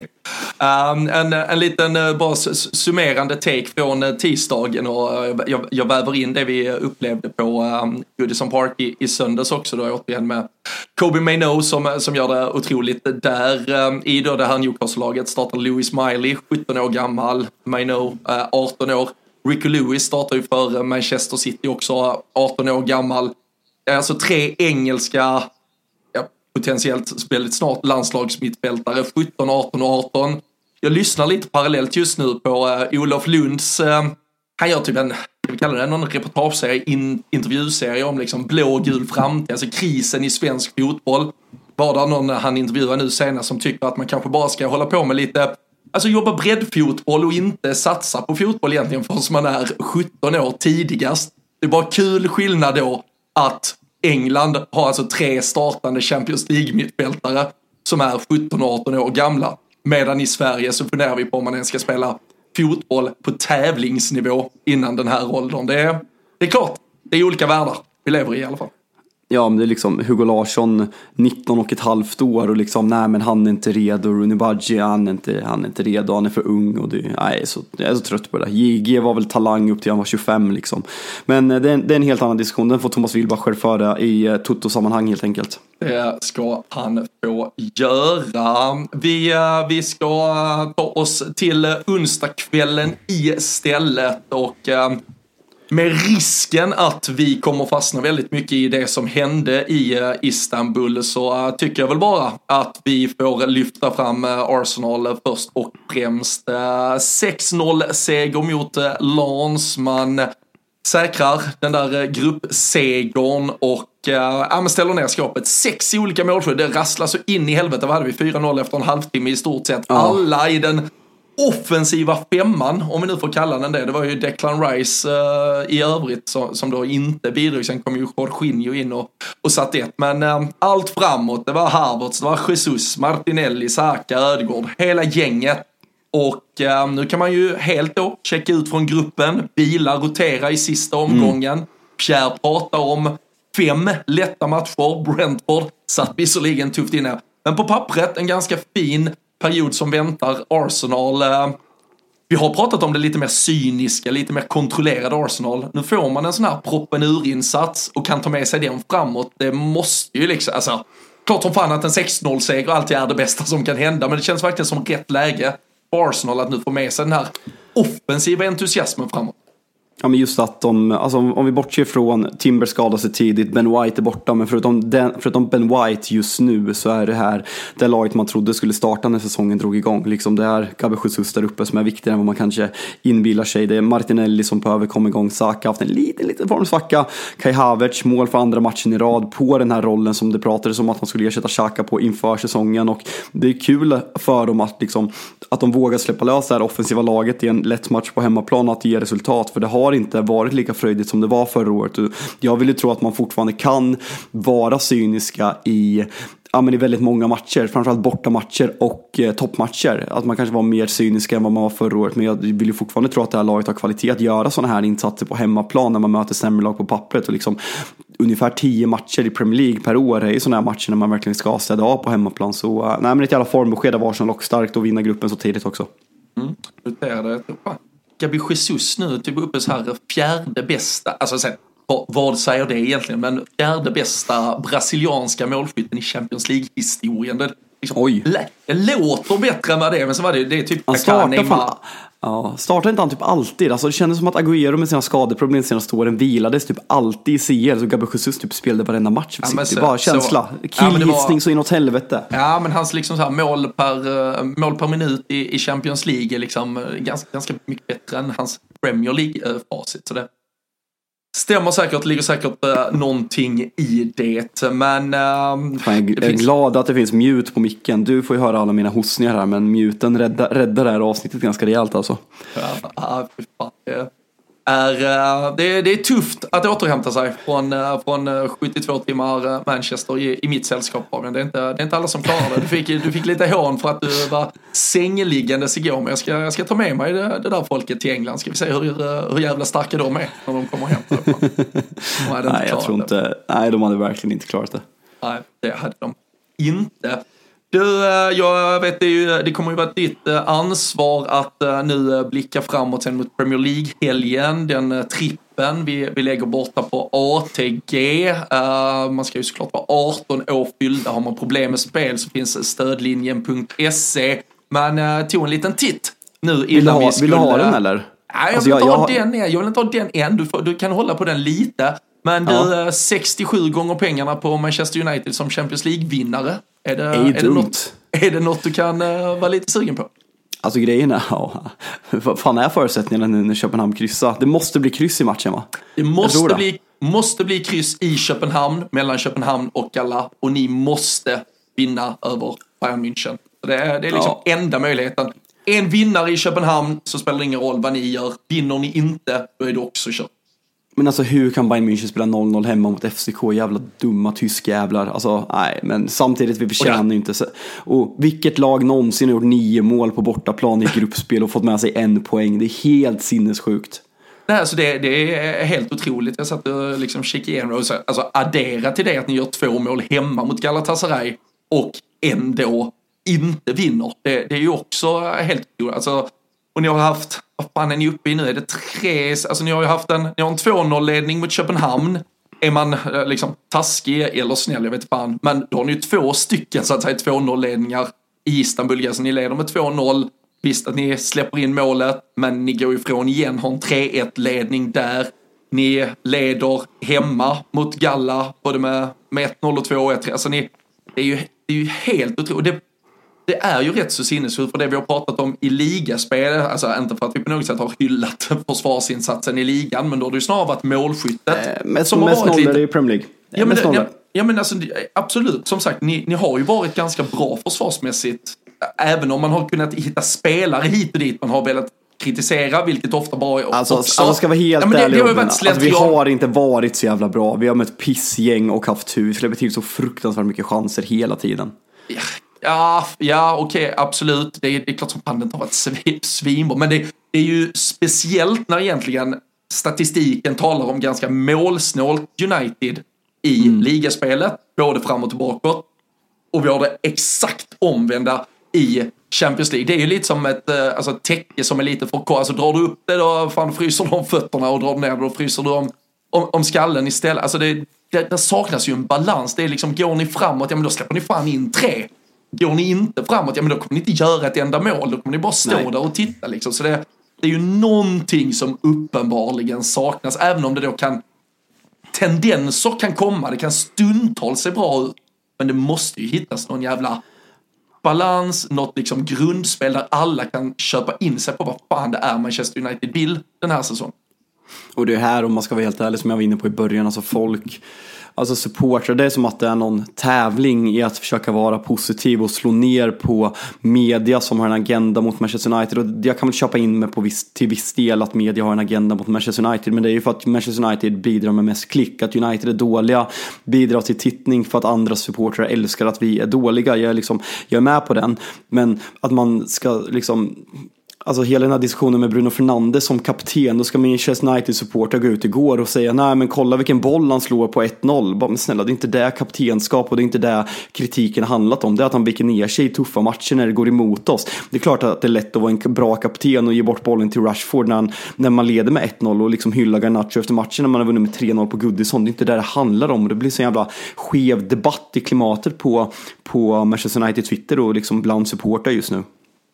Um, en, en liten uh, bara summerande take från uh, tisdagen och uh, jag, jag väver in det vi upplevde på um, Goodison Park i, i söndags också då, återigen med Kobe Maino som, som gör det otroligt där. Um, I då det här Newcastle-laget startar Lewis Miley, sjutton år gammal, Maino uh, arton år. Rico Lewis startar ju för uh, Manchester City också, arton år gammal. Alltså tre engelska, potentiellt väldigt snart landslagsmittfältare, sjutton, arton och arton. Jag lyssnar lite parallellt just nu på uh, Olof Lunds, uh, han gör typ en, vi kallar det någon reportageserie, in, intervjuserie om liksom blå och gul framtid, alltså krisen i svensk fotboll. Var det någon han intervjuar nu senast som tycker att man kanske bara ska hålla på med lite, alltså jobba breddfotboll och inte satsa på fotboll egentligen förrän man är sjutton år tidigast. Det är bara kul skillnad då att England har alltså tre startande Champions League-mittfältare som är sjutton arton år gamla. Medan i Sverige så funderar vi på om man ens ska spela fotboll på tävlingsnivå innan den här åldern. Det är, det är klart, det är olika världar vi lever i i alla fall. Ja, men det är liksom Hugo Larsson, nitton och ett halvt år och liksom, nej men han är inte redo. Rooney Budgie, han är inte, han är inte redo, han är för ung och det, nej, jag, är så, jag är så trött på det där. J G var väl talang upp till han var tjugofem liksom. Men det är, det är en helt annan diskussion, den får Thomas Wilbacher föra i Toto-sammanhang helt enkelt. Det ska han få göra. Vi, vi ska ta oss till onsdagskvällen istället och med risken att vi kommer fastna väldigt mycket i det som hände i Istanbul så tycker jag väl bara att vi får lyfta fram Arsenal först och främst. sex noll-seger mot Lens. Man säkrar den där gruppsegern och ja, ställer ner skapet. Sex olika målskydd. Det rasslar så in i helvete. Vad hade vi? fyra noll efter en halvtimme i stort sett. Ja. Alla i den offensiva femman, om vi nu får kalla den det. Det var ju Declan Rice uh, i övrigt så, som då inte bidrog. Sen kom ju Jorginho in och, och satt ett. Men uh, allt framåt, det var Havertz, det var Jesus, Martinelli, Saka, Ödegård, hela gänget. Och uh, nu kan man ju helt då checka ut från gruppen. Vila, rotera i sista omgången. Mm. Pierre pratar om fem lätta matcher. Brentford satt visserligen tufft inne. Men på pappret en ganska fin period som väntar Arsenal. Vi har pratat om det lite mer cyniska, lite mer kontrollerade Arsenal. Nu får man en sån här proppen ur-insats och kan ta med sig den framåt. Det måste ju liksom, alltså, klart som fan att en sex noll-seger alltid är det bästa som kan hända, men det känns verkligen som rätt läge för Arsenal att nu få med sig den här offensiva entusiasmen framåt. Ja, men just att de, alltså om vi bortser från Timber skadade sig tidigt, Ben White är borta, men förutom, den, förutom Ben White just nu så är det här det laget man trodde skulle starta när säsongen drog igång. Liksom det är Gabriel Jesus där uppe som är viktigare än vad man kanske inbillar sig. Det är Martinelli som behöver komma igång. Saka har haft en liten, liten formsvacka. Kai Havertz mål för andra matchen i rad på den här rollen som det pratades om att man skulle ersätta Xhaka på inför säsongen, och det är kul för dem att, liksom, att de vågar släppa lös det här offensiva laget i en lätt match på hemmaplan och att ge resultat, för det har inte varit lika fröjdigt som det var förra året. Jag vill ju tro att man fortfarande kan vara cyniska i, ja, men i väldigt många matcher, framförallt bortamatcher och eh, toppmatcher. Att man kanske var mer cyniska än vad man var förra året, men jag vill ju fortfarande tro att det här laget har kvalitet att göra sådana här insatser på hemmaplan när man möter sämre lag på pappret, och liksom ungefär tio matcher i Premier League per år är ju sådana här matcher när man verkligen ska städa av på hemmaplan. Så nej, men ett jävla formbesked av Arsenal och starkt att vinna gruppen så tidigt också. Mm, det är det. Gabriel Jesus nu typ uppe så här fjärde bästa, alltså sen, vad, vad säger det egentligen, men fjärde bästa brasilianska målskytten i Champions League-historien. Det, liksom, Oj. Det låter bättre än vad det är, men så var det, det är typ han startar fan, ja, startar inte han typ alltid, alltså det kändes som att Agüero med sina skadeproblem de senaste åren vilades typ alltid i C L, så Gabriel Jesus typ spelade varenda match för ja, City, bara känsla, killgissning ja, var, så inåt helvete. Ja, men hans liksom så här mål per, mål per minut i, i Champions League är liksom ganska, ganska mycket bättre än hans Premier League-facit, så det stämmer säkert, ligger säkert uh, någonting i det, men... Uh, Fan, jag är finns... glad att det finns mute på micken. Du får ju höra alla mina hostningar här, men muten räddar, räddar det här avsnittet ganska rejält alltså. Ja, uh, fan, uh, är, uh, det, det är tufft att återhämta sig från, uh, från sjuttiotvå timmar uh, Manchester i, i mitt sällskap. Men det är, inte, det är inte alla som klarar det. Du fick, du fick lite hån för att du var sängliggandes igår, men jag ska, jag ska ta med mig det, det där folket till England. Ska vi se hur, hur jävla starka de är när de kommer hem. De nej, jag tror inte, nej, de hade verkligen inte klarat det. Nej, det hade de inte. Du, jag vet det, ju, det kommer ju vara ditt ansvar att nu blicka framåt sen mot Premier League-helgen, den trippen vi, vi lägger borta på A T G. Uh, man ska ju såklart vara arton år fyllda. Har man problem med spel så finns stödlinjen punkt se. Man uh, tog en liten titt nu vill, innan ha, vi skulle... vill du ha den eller? Nej, jag alltså, vill inte jag, ha jag... den än. Jag vill inte ha den än. Du, får, du kan hålla på den lite. Men du, ja. sextiosju gånger pengarna på Manchester United som Champions League-vinnare. Är det, är, det något, är det något du kan uh, vara lite sugen på? Alltså grejen är, ja, vad fan är förutsättningarna nu när Köpenhamn kryssar? Det måste bli kryss i matchen, va? Det måste, det. Bli, måste bli kryss i Köpenhamn, mellan Köpenhamn och Gala. Och ni måste vinna över Bayern München. Det är, det är liksom ja. enda möjligheten. En vinnare i Köpenhamn så spelar det ingen roll vad ni gör. Vinner ni inte, då är det också kört. Men alltså hur kan Bayern München spela noll noll hemma mot F C K? Jävla dumma tyska jävlar. Alltså nej, men samtidigt vi förtjänar ju inte så. Och vilket lag någonsin har gjort nio mål på bortaplan i gruppspel och fått med sig en poäng? Det är helt sinnessjukt. Nej, alltså det, det är helt otroligt. Jag satt och liksom kikade igenom och så, alltså addera till det att ni gör två mål hemma mot Galatasaray och ändå inte vinner. Det, det är ju också helt otroligt. Alltså, och ni har haft, vad fan är ni uppe i nu? Är det tre? Alltså ni har ju haft en, ni har en två noll-ledning mot Köpenhamn. Är man liksom taskig eller snäll, jag vet fan. Men då har ni ju två stycken så att säga två noll-ledningar i Istanbul. Alltså ni leder med två noll. Visst att ni släpper in målet, men ni går ifrån igen, har en tre ett-ledning där. Ni leder hemma mot Galla, både med, med ett noll och två ett. Alltså ni, det är ju, det är ju helt otroligt. Det, det är ju rätt så sinnessjukt för det vi har pratat om i ligaspel. Alltså inte för att vi på något sätt har hyllat försvarsinsatsen i ligan, men då har det ju snarare varit målskyttet. Eh, mest som mest nollare lite... i Premier League. Eh, ja, men, ja, ja, men alltså, absolut, som sagt, ni, ni har ju varit ganska bra försvarsmässigt. Även om man har kunnat hitta spelare hit och dit man har velat kritisera, vilket ofta bara är alltså, också. Alltså ska vara helt ja, ärlig, det, det alltså, vi har inte varit så jävla bra. Vi har mött pissgäng och haft tur. Vi släpper till så fruktansvärt mycket chanser hela tiden. Ja, ja, ja okej, okay, absolut. Det är, det är klart som pandet har varit svinbra. Men det, det är ju speciellt när egentligen statistiken talar om ganska målsnålt United i mm. ligaspelet. Både fram och tillbaka. Och vi har det exakt omvända i Champions League. Det är ju lite som ett alltså, täcke som är lite för kort. Alltså drar du upp det då fan fryser du om fötterna och drar du ner det då fryser du om, om, om skallen istället. Alltså det, det, det saknas ju en balans. Det är liksom, går ni framåt, ja men då släpper ni fan in tre. Går ni inte framåt, ja men då kommer ni inte göra ett enda mål. Då kommer ni bara stå Nej. där och titta liksom. Så det, det är ju någonting som uppenbarligen saknas. Även om det då kan tendenser kan komma. Det kan stundtals se bra ut. Men det måste ju hittas någon jävla balans, något liksom grundspel där alla kan köpa in sig på vad fan det är Manchester United vill den här säsongen. Och det är här, om man ska vara helt ärlig, som jag var inne på i början, alltså folk, alltså supportrar, det är som att det är någon tävling i att försöka vara positiv och slå ner på media som har en agenda mot Manchester United. Och jag kan väl köpa in mig på viss, till viss del att media har en agenda mot Manchester United, men det är ju för att Manchester United bidrar med mest klick, att United är dåliga, bidrar till tittning för att andra supportrar älskar att vi är dåliga. Jag är, liksom, jag är med på den, men att man ska liksom... Alltså hela den här diskussionen med Bruno Fernandes som kapten, då ska Manchester United-supporter gå ut igår och säga nej men kolla vilken boll han slår på ett noll. Men snälla, det är inte det kaptenskap och det är inte det kritiken har handlat om. Det är att han viker ner sig i tuffa matcher när det går emot oss. Det är klart att det är lätt att vara en bra kapten och ge bort bollen till Rashford när, han, när man leder med ett noll och liksom hylla Garnacho efter matchen när man har vunnit med tre noll på Goodison. Det är inte det det handlar om. Det blir så jävla skev debatt i klimatet på, på Manchester United Twitter och liksom bland supporter just nu.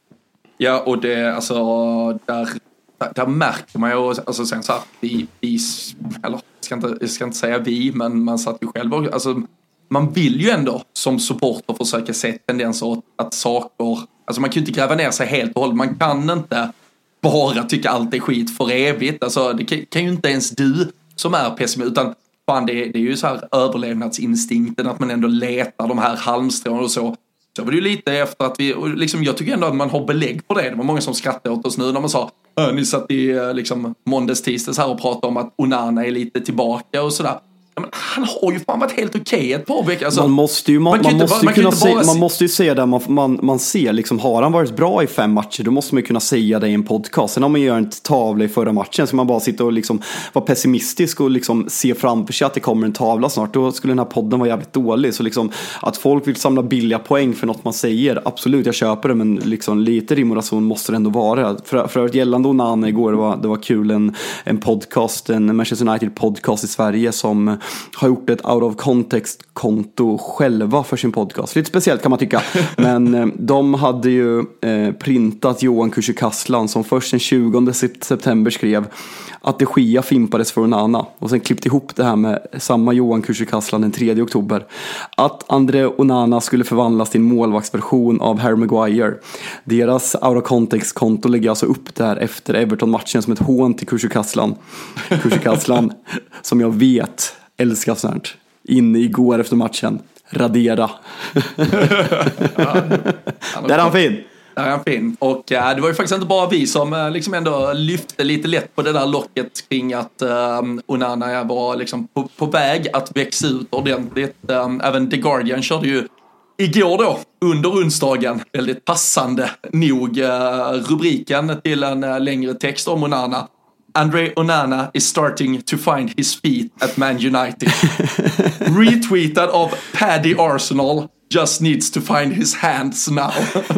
Ja, och det, alltså, där, där, där märker man ju, alltså sen så att vi, vi eller, jag ska, inte, jag ska inte säga vi, men man satt ju själv, alltså, man vill ju ändå som supporter försöka se tendenser att, att saker, alltså man kan ju inte gräva ner sig helt och hållet, man kan inte bara tycka allt är skit för evigt, alltså det kan, kan ju inte ens du som är pessimist, utan fan, det, det är ju så här överlevnadsinstinkten att man ändå letar de här halmstrån och så. Så var det ju lite efter att vi, liksom, jag tycker ändå att man har belägg på det. Det var många som skrattade åt oss nu när man sa, ni satt i liksom måndags tisdags här och pratade om att Onana är lite tillbaka och sådär. ja, men han har ju fan varit helt okej ett par veckor. Alltså, man måste ju, man, man, man inte, måste man, kunna man, se, bara... man måste ju säga det man, man, man ser, liksom, har han varit bra i fem matcher, då måste man ju kunna säga det i en podcast. Sen om man gör en tavla i förra matchen, så man bara sitter och liksom vara pessimistisk och liksom se framför sig att det kommer en tavla snart, då skulle den här podden vara jävligt dålig. Så liksom, att folk vill samla billiga poäng för något man säger, absolut, jag köper det, men liksom, lite rim och reson måste det ändå vara. För, för att gällande Onana igår, det var, det var kul, en, en podcast, en Manchester United podcast i Sverige som har gjort ett out of context-konto själva för sin podcast. Lite speciellt kan man tycka. Men eh, de hade ju eh, printat Johan Kücükaslan som först den tjugonde september skrev att de Gea fimpades för Onana. Och sen klippte ihop det här med samma Johan Kücükaslan den tredje oktober. Att André Onana skulle förvandlas till en målvaktsversion av Harry Maguire. Deras out of context-konto lägger alltså upp där efter Everton-matchen som ett hån till Kücükaslan. Kücükaslan som jag vet älskar sånt. Inne igår efter matchen. Radera. Ja, där är han fin. Där är han fin. Och äh, det var ju faktiskt inte bara vi som äh, liksom ändå lyfte lite lätt på det där locket kring att äh, Onana var liksom på, på väg att växa ut ordentligt. Äh, även The Guardian körde ju igår då, under onsdagen, väldigt passande nog äh, rubriken till en äh, längre text om Onana. André Onana is starting to find his feet at Man United. Retweetad av Paddy Arsenal. Just needs to find his hands now.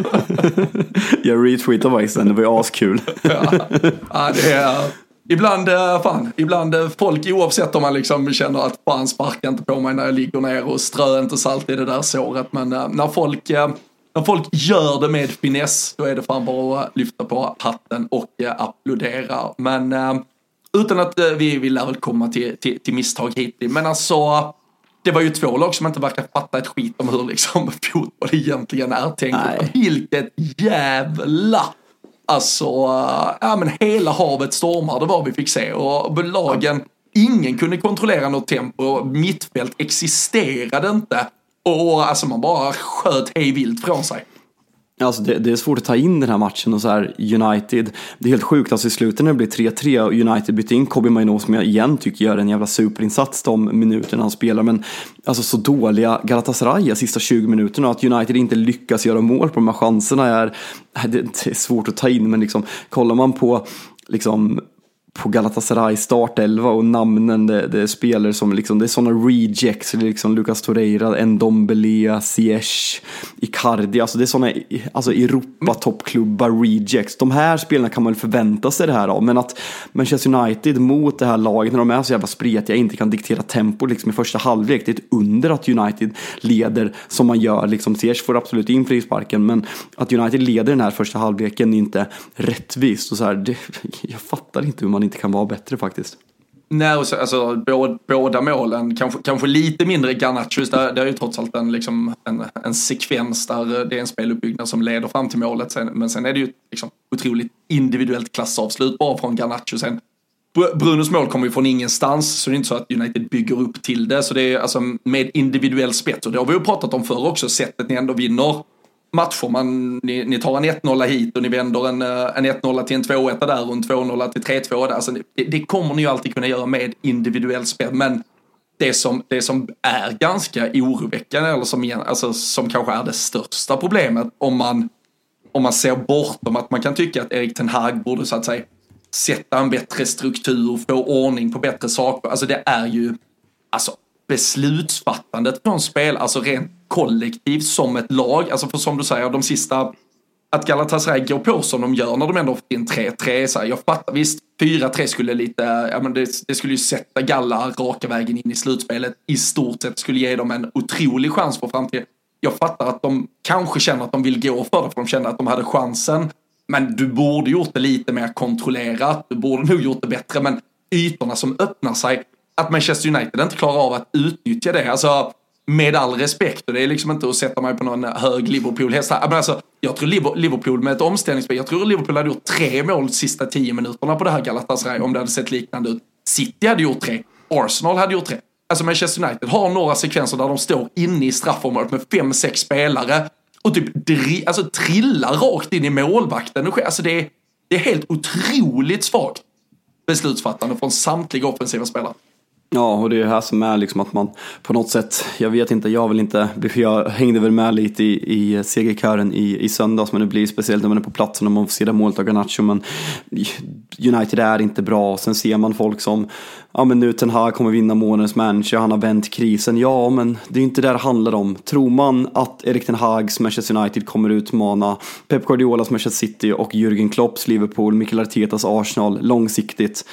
Jag retweetade faktiskt den, det var ju askul. Ja, ja, det är... Ibland, fan, ibland folk, oavsett om man liksom känner att fan, sparkar inte på mig när jag ligger ner och strö inte salt i det där såret. Men när folk... När folk gör det med finess, då är det fan bara att lyfta på hatten och äh, applådera. Men äh, utan att äh, vi vill väl komma till, till, till misstag hittills. Men alltså, det var ju två lag som inte verkar fatta ett skit om hur liksom fotboll egentligen är tänkt. Vilket jävla... Alltså, äh, ja men hela havet stormar, det var vi fick se. Och lagen, ingen kunde kontrollera något tempo. Mittfält existerade inte. Och alltså man bara sköt hej vilt från sig. Alltså det, det är svårt att ta in den här matchen och så här United. Det är helt sjukt, alltså i slutet när det blir tre tre och United bytte in Kobbie Mainoo som jag igen tycker gör en jävla superinsats de minuterna han spelar. Men alltså så dåliga Galatasaray de sista tjugo minuterna, att United inte lyckas göra mål på de här chanserna är, det, det är svårt att ta in. Men liksom kollar man på liksom på Galatasaray startelva och namnen, det, det är spelare som liksom, det är sådana rejects, liksom Lucas Torreira, Ndombele, Ziyech, Icardi, alltså det är sådana alltså Europa-toppklubbar rejects. De här spelarna kan man väl förvänta sig det här av, men att Manchester United mot det här laget när de är så jävla spretiga inte kan diktera tempo liksom i första halvlek, det är ett under att United leder som man gör, liksom Ziyech får absolut in frisparken, men att United leder den här första halvleken är inte rättvist och så här, det, jag fattar inte hur man inte kan vara bättre faktiskt. Nej, och så, alltså, båda, båda målen, kanske, kanske lite mindre Garnachos, där, där är ju trots allt en, liksom, en, en sekvens där det är en speluppbyggnad som leder fram till målet, sen, men sen är det ju liksom otroligt individuellt klassavslut bara från Garnacho. Sen Brunos mål kommer ju från ingenstans, så det är inte så att United bygger upp till det, så det är alltså med individuell spets, och det har vi ju pratat om förr också, sättet ni ändå vinner matcher, man, ni, ni tar en ett noll hit och ni vänder en, en ett noll till en två ett där och en två noll till tre två där. Alltså det, det kommer ni ju alltid kunna göra med individuell spel, men det som, det som är ganska oroväckande, eller som, alltså, som kanske är det största problemet, om man, om man ser bortom att man kan tycka att Erik Ten Hag borde så att säga sätta en bättre struktur, få ordning på bättre saker, alltså det är ju alltså beslutsfattandet från spel, alltså rent kollektivt som ett lag, alltså för som du säger, de sista, att Galatasaray går på som de gör när de ändå får in tre tre, så här, jag fattar, visst fyra tre skulle lite, ja men det, det skulle ju sätta Galla raka vägen in i slutspelet, i stort sett skulle ge dem en otrolig chans för framtiden. Jag fattar att de kanske känner att de vill gå för det, för de känner att de hade chansen, men du borde gjort det lite mer kontrollerat, du borde nog gjort det bättre, men ytorna som öppnar sig, att Manchester United inte klarar av att utnyttja det, alltså med all respekt, och det är liksom inte att sätta mig på någon hög Liverpool-häst här. Men alltså, jag tror Liverpool med ett omställningsspel, jag tror Liverpool hade gjort tre mål de sista tio minuterna på det här Galatasaray om det hade sett liknande ut. City hade gjort tre, Arsenal hade gjort tre. Alltså Manchester United har några sekvenser där de står inne i straffområdet med fem, sex spelare och typ dri- alltså, trillar rakt in i målvakten. Alltså det är, det är helt otroligt svagt beslutsfattande från samtliga offensiva spelare. Ja, och det är ju här som är liksom att man på något sätt, jag vet inte, jag vill inte, för jag hängde väl med lite i, i segerkören i, i söndags, men det blir speciellt när man är på platsen och man får se det målet av Garnacho, men United är inte bra. Sen ser man folk som, ja men nu Ten Hag kommer vinna månadens manager, han har vänt krisen. Ja, men det är inte det det handlar om. Tror man att Erik Ten Hags Manchester United kommer utmana Pep Guardiolas Manchester City och Jürgen Klopps Liverpool, Mikel Artetas Arsenal långsiktigt?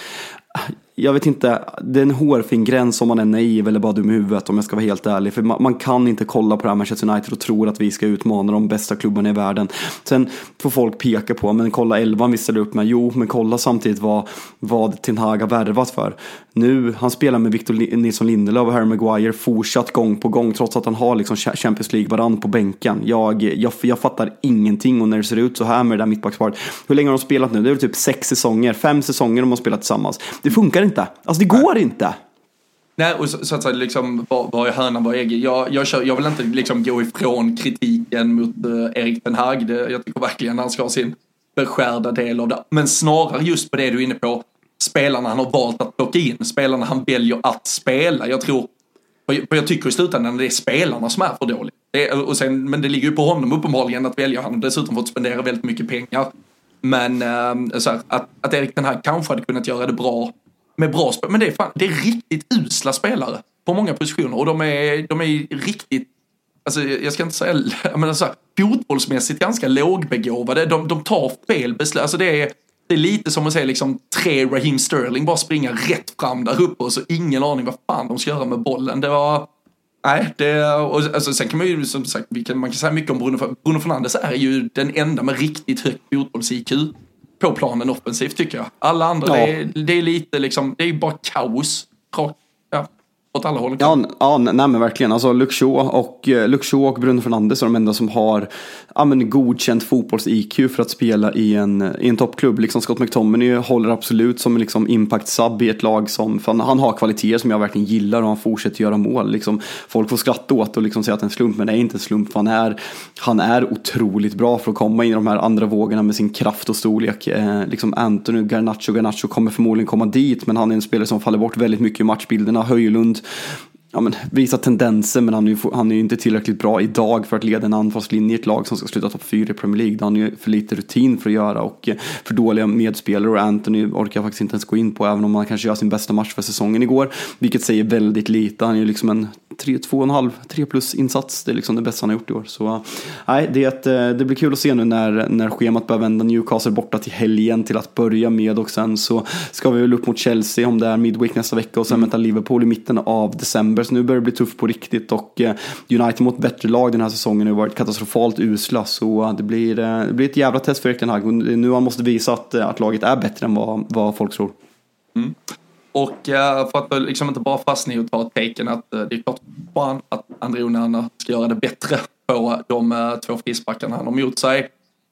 Jag vet inte, det är en hårfin gräns om man är naiv eller bara dum i huvudet, om jag ska vara helt ärlig. För man, man kan inte kolla på det här Manchester United och tro att vi ska utmana de bästa klubbarna i världen. Sen får folk peka på, men kolla elvan vi ställer upp med. Jo, men kolla samtidigt vad, vad Ten Hag har värvat för. Nu, han spelar med Victor Nilsson Lindelöf och Harry Maguire fortsatt gång på gång, trots att han har liksom Champions League-varann på bänken. Jag, jag, jag fattar ingenting, och när det ser ut så här med det där mittbacksparet. Hur länge har de spelat nu? Det är väl typ sex säsonger, fem säsonger de har spelat tillsammans. Det funkar inte. Alltså det går inte. Nej, och så, så att säga liksom, vad, vad är hönan, vad är ägg? Jag, jag, kör, jag vill inte liksom gå ifrån kritiken mot uh, Erik Ten Hag. Det, jag tycker verkligen han ska ha sin beskärda del av det. Men snarare just på det du är inne på, spelarna han har valt att plocka in, spelarna han väljer att spela. Jag tror, och jag tycker i slutändan det är spelarna som är för dåliga. Det, och sen, men det ligger ju på honom uppenbarligen att välja. Han har dessutom fått spendera väldigt mycket pengar. Men uh, så här, att, att Erik Ten Hag kanske hade kunnat göra det bra med bra spel, men det är, fan, det är riktigt usla spelare på många positioner, och de är, de är riktigt, alltså jag ska inte säga, men alltså, fotbollsmässigt ganska lågbegåvade. De, de tar fel beslut. Alltså det är, det är lite som att säga liksom tre Raheem Sterling bara springa rätt fram där uppe och så ingen aning vad fan de ska göra med bollen. Det var, nej, det, och alltså, sen kan man ju som sagt, vi kan, man kan säga mycket om Bruno, Bruno Fernandes är ju den enda med riktigt högt fotbolls-I Q på planen offensivt, tycker jag. Alla andra, ja. det, är, det är lite liksom, det är bara kaos. Ja, åt alla håll. Ja, ja, nej men verkligen. Alltså Luke Shaw och, Luke Shaw och Bruno Fernandes är de enda som har ja, men, godkänt fotbolls-I Q för att spela i en, i en toppklubb. Liksom Scott McTominay håller absolut som liksom impact-sub i ett lag som, för han har kvaliteter som jag verkligen gillar, och han fortsätter göra mål. Liksom, folk får skratta åt och liksom säga att det är en slump, men det är inte en slump. Han är, han är otroligt bra för att komma in i de här andra vågorna med sin kraft och storlek. Eh, liksom Anthony Garnacho, Garnacho kommer förmodligen komma dit, men han är en spelare som faller bort väldigt mycket i matchbilderna. Höjlund ja, men, visar tendenser, men han är ju han är ju inte tillräckligt bra idag för att leda en anfallslinje i ett lag som ska sluta topp fyra i Premier League. Han har ju för lite rutin för att göra, och för dåliga medspelare, och Anthony orkar jag faktiskt inte ens gå in på, även om han kanske gör sin bästa match för säsongen igår, vilket säger väldigt lite. Han är ju liksom en tre, två och en halv, tre plus insats. Det är liksom det bästa han har gjort i år. Så nej, det, det blir kul att se nu när, när schemat börjar vända. Newcastle borta till helgen till att börja med, och sen så ska vi väl upp mot Chelsea om det är midweek nästa vecka, och sen möta Liverpool i mitten av december. Så nu börjar det bli tufft på riktigt, och United mot bättre lag den här säsongen har varit katastrofalt usla, så det blir, det blir ett jävla test för Erik Ten Hag. Nu han måste visa att, att laget är bättre än vad, vad folk tror. Mm. Och för att liksom inte bara fastna i och ta taken att det är klart fan att André Onana ska göra det bättre på de två frisbackarna han har mot sig.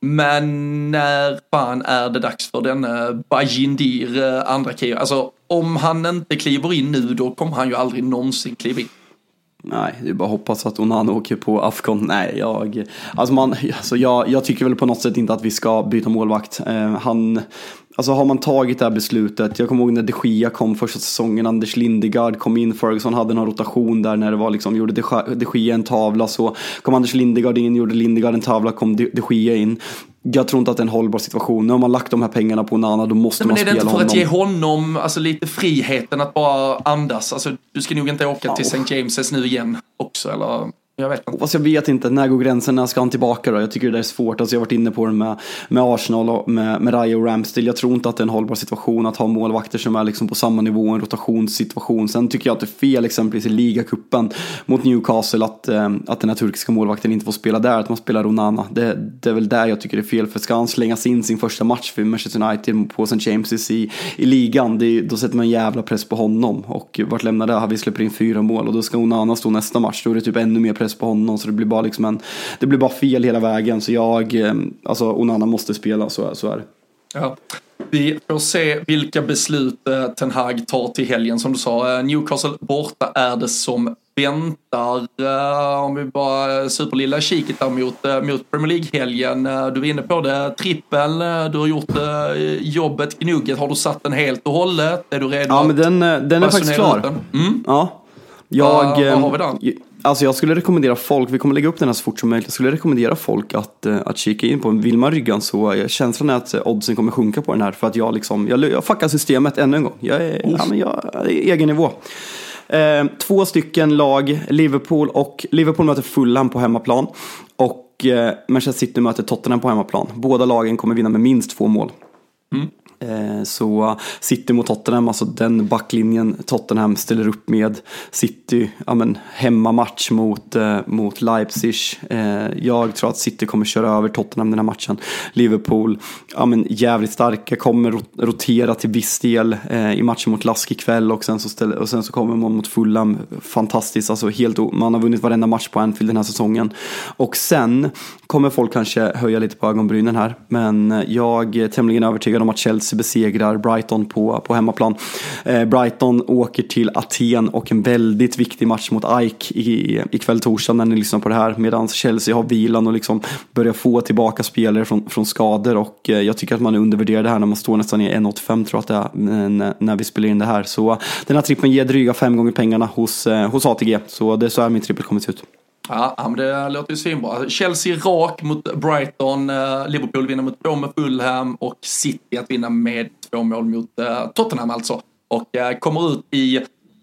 Men när fan är det dags för den Bajindir andra key? Alltså om han inte kliver in nu, då kommer han ju aldrig någonsin kliva in. Nej, det är bara att hoppas att Onana åker på Afcon. Nej, jag, alltså man, alltså jag, jag tycker väl på något sätt inte att vi ska byta målvakt. Eh, han, alltså har man tagit det här beslutet, jag kommer ihåg när De Gea kom första säsongen, Anders Lindegaard kom in, Ferguson hade någon rotation där när det var liksom, gjorde De Gea en tavla, så kom Anders Lindegaard in, gjorde Lindegaard en tavla, kom De Gea in. Jag tror inte att det är en hållbar situation. Nu har man lagt de här pengarna på Onana, då måste Nej, man spela honom. Men är det inte för honom. att ge honom alltså, lite friheten att bara andas? Alltså, du ska nog inte åka ja. till Saint James's nu igen också, eller... Jag vet inte. Fast jag vet inte, när går gränsen, när ska han tillbaka då? Jag tycker det är svårt, alltså jag har varit inne på det med, med Arsenal och med, med Raya och Ramsdale. Jag tror inte att det är en hållbar situation att ha målvakter som är liksom på samma nivå, en rotationssituation. Sen tycker jag att det är fel exempelvis i ligacupen mot Newcastle att, eh, att den här turkiska målvakten inte får spela där, att man spelar Onana. Det, det är väl där jag tycker det är fel, för ska han slängas in sin första match för Manchester United på Saint James's i, i ligan, det, då sätter man en jävla press på honom. Och vart lämnar det? Har vi släpper in fyra mål och då ska Onana stå nästa match, då är det typ ännu mer press på honom, så det blir bara liksom en, det blir bara fel hela vägen. Så jag, alltså Onana måste spela, så, så är det. Ja. Vi får se vilka beslut Ten Hag tar till helgen. Som du sa, Newcastle borta är det som väntar. Uh, om vi bara superlilla kiket där mot, uh, mot Premier League-helgen. Uh, du var inne på det, trippel. Uh, du har gjort uh, jobbet, gnugget. Har du satt den helt och hållet? Är du redo? Ja, men den, den är faktiskt klar. Mm. Ja. Jag, uh, vad har vi då? Alltså jag skulle rekommendera folk, vi kommer lägga upp den här så fort som möjligt. Jag skulle rekommendera folk att, att kika in på en. Vill man ryggan så känslan är att oddsen kommer sjunka på den här. För att jag liksom, jag, jag fuckar systemet ännu en gång. Jag är, ja, men jag, jag är egen nivå. Eh, två stycken lag, Liverpool och Liverpool möter Fulham på hemmaplan. Och eh, Manchester City möter Tottenham på hemmaplan. Båda lagen kommer vinna med minst två mål. Mm. Så City mot Tottenham, alltså den backlinjen Tottenham ställer upp med. City, ja men hemmamatch mot, eh, mot Leipzig. eh, Jag tror att City kommer köra över Tottenham den här matchen. Liverpool, ja men jävligt starka, kommer rotera till viss del eh, i matchen mot Lask ikväll. Och sen, så ställer, och sen så kommer man mot Fulham. Fantastiskt, alltså helt o- man har vunnit varenda match på Anfield den här säsongen. Och sen kommer folk kanske höja lite på ögonbrynen här, men jag är tämligen övertygad om att Chelsea besegrar Brighton på, på hemmaplan. Eh, Brighton åker till Aten och en väldigt viktig match mot Aik i, ikväll torsdag när ni lyssnar på det här, medan Chelsea har vilan och liksom börjar få tillbaka spelare från, från skador. Och eh, jag tycker att man är undervärderad det här när man står nästan i en komma åttiofem tror jag att det är när, när vi spelar in det här. Så den här trippen ger dryga fem gånger pengarna hos, eh, hos A T G, så det är så här min trippel kommer se ut. Ja, men det låter ju svinbra. Chelsea rak mot Brighton, Liverpool vinner mot två med Fulham och City att vinna med två mål mot Tottenham alltså. Och kommer ut i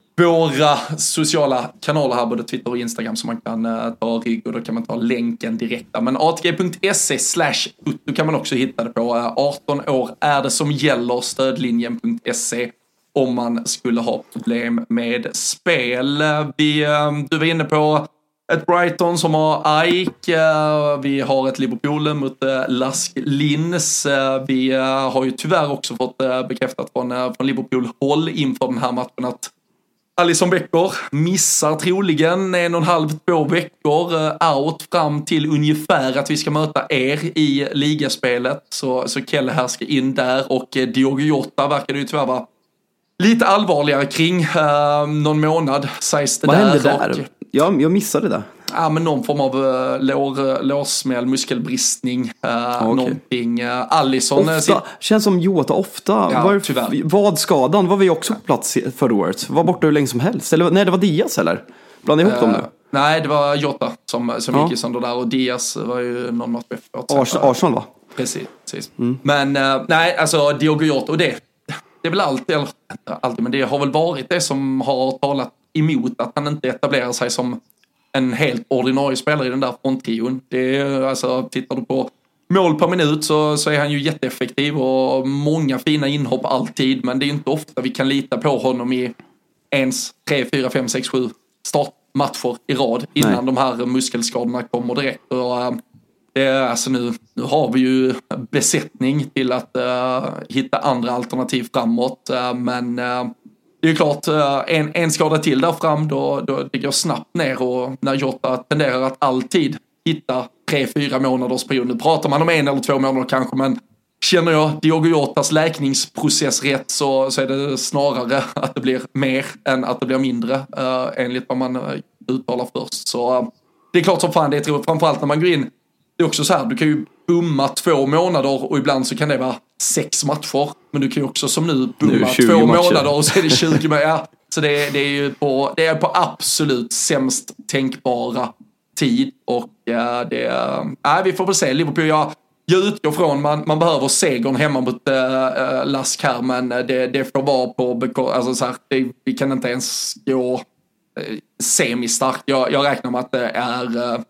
våra sociala kanaler här, både Twitter och Instagram, så man kan ta rygg och då kan man ta länken direkt där. Men atg.se slash tutto kan man också hitta det på. arton år är det som gäller, stödlinjen punkt se om man skulle ha problem med spel. Vi, du var inne på ett Brighton som har Aik, vi har ett Liverpool mot Lask Linz. Vi har ju tyvärr också fått bekräftat från, från Liverpool-håll inför den här matchen att Alisson Becker missar troligen en och en halv, två veckor out fram till ungefär att vi ska möta er i ligaspelet. Så, så Kelle här ska in där, och Diogo Jota verkar det ju tyvärr vara lite allvarligare kring. Uh, någon månad sägs det. Vad där. Vad hände där? Och, Ja, jag missade det. Ja, men någon form av uh, lår, lårsmäll, muskelbristning, uh, okay. någonting. Uh, Alisson... Ofta, sit- känns som Jota ofta. Ja, var, tyvärr. Vad skadan? Var vi också på plats förra året? Var borta hur länge som helst? Eller, nej, det var Diaz eller? Blandade ihop uh, dem nu? Nej, det var Jota som, som ja. gick i sönder där, och Diaz var ju någon match efteråt. Arsenal, Arsenal va? Precis, precis. Mm. Men uh, nej, alltså Diogo Jota, och det, det är väl alltid, eller alltid, men det har väl varit det som har talat emot att han inte etablerar sig som en helt ordinarie spelare i den där fronttrion. Det är, alltså, tittar du på mål per minut så, så är han ju jätteeffektiv och många fina inhopp alltid, men det är inte ofta vi kan lita på honom i ens tre, fyra, fem, sex, sju startmatcher i rad innan Nej. de här muskelskadorna kommer direkt. Och, det, alltså nu, nu har vi ju besättning till att uh, hitta andra alternativ framåt, uh, men uh, det är ju klart, en, en skada till där fram, då, då det går snabbt ner, och när Jota tenderar att alltid hitta tre, fyra månaders period. Nu pratar man om en eller två månader kanske, men känner jag Diogo Jotas läkningsprocess rätt så, så är det snarare att det blir mer än att det blir mindre, uh, enligt vad man uh, uttalar först. Så uh, det är klart som fan, det är troligt, framförallt när man går in. Det är också så här, du kan ju bumma två månader och ibland så kan det vara sex matcher. Men du kan ju också som nu bumma nu två matcher. månader och så är det tjugo matcher. Ja, så det, det är ju på, det är på absolut sämst tänkbara tid. Och ja, det är, ja, vi får väl se. Liverpool, jag, jag utgår från man, man behöver segern hemma mot äh, Lask här, men det, det får vara på, alltså så här, det, vi kan inte ens gå äh, semistarkt. Jag, jag räknar med att det är äh,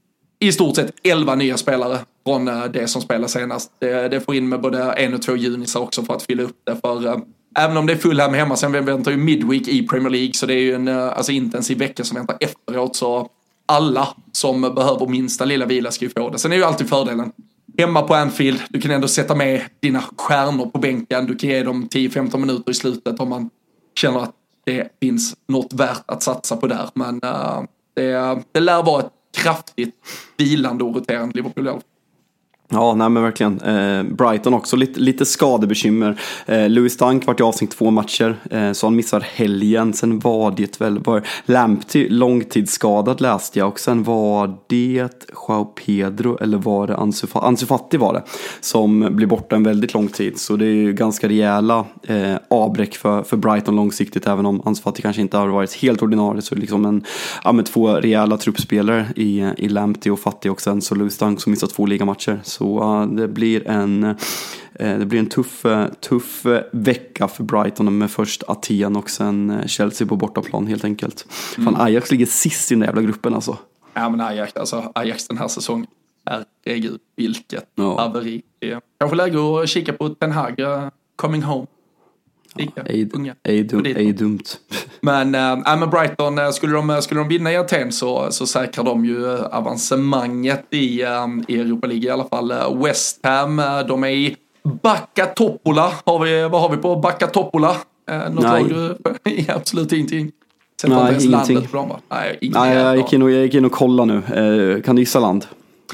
i stort sett elva nya spelare från det som spelar senast. Det, det får in med både en och två junisar också för att fylla upp det. För äh, även om det är Fulham hemma, sen väntar ju midweek i Premier League, så det är ju en äh, alltså intensiv vecka som väntar efteråt, så alla som behöver minsta lilla vila ska ju få det. Sen är ju alltid fördelen hemma på Anfield, du kan ändå sätta med dina stjärnor på bänken, du kan ge dem tio femton minuter i slutet om man känner att det finns något värt att satsa på där. Men äh, det, det lär vara ett kraftigt vilande och roterande Liverpool. Ja, nej men verkligen. Eh, Brighton också, lite, lite skadebekymmer. Eh, Lewis Dunk vart i avstängd två matcher, eh, så han missar helgen. Sen var det väl bara Lamptey långtidsskadad läste jag. Och sen var det Joao Pedro, eller var det Ansu, Ansu Fati var det, som blir borta en väldigt lång tid. Så det är ju ganska rejäla eh, avbräck för, för Brighton långsiktigt. Även om Ansu Fati kanske inte har varit helt ordinarie, så liksom en, ja, med två rejäla truppspelare i, i Lamptey och Fati, och sen så Lewis Dunk som missar två ligamatcher. Så uh, det blir en uh, det blir en tuff, uh, tuff uh, vecka för Brighton med först Aten och sen uh, Chelsea på bortaplan helt enkelt. Mm. Fan, Ajax ligger sist i den jävla gruppen alltså. Ja, men Ajax, alltså, Ajax den här säsongen, herregud, vilket ja. haveri. Kanske läge att kika på Ten Hag, uh, coming home. Ja, ej, ej, dum, ej dumt. Men, äh, men Brighton, skulle de, skulle de vinna i Aten så, så säkrar de ju avancemanget i, äh, i Europa League i alla fall. West Ham, de är i Bacca Topola. Har vi, vad har vi på Bacca Topola? Äh, något Nej. lag du? Absolut ingenting. Sen Nej, ingenting. På dem, Nej, Nej, jag gick, in och, jag gick in och kolla nu. Eh, kan du gissa land?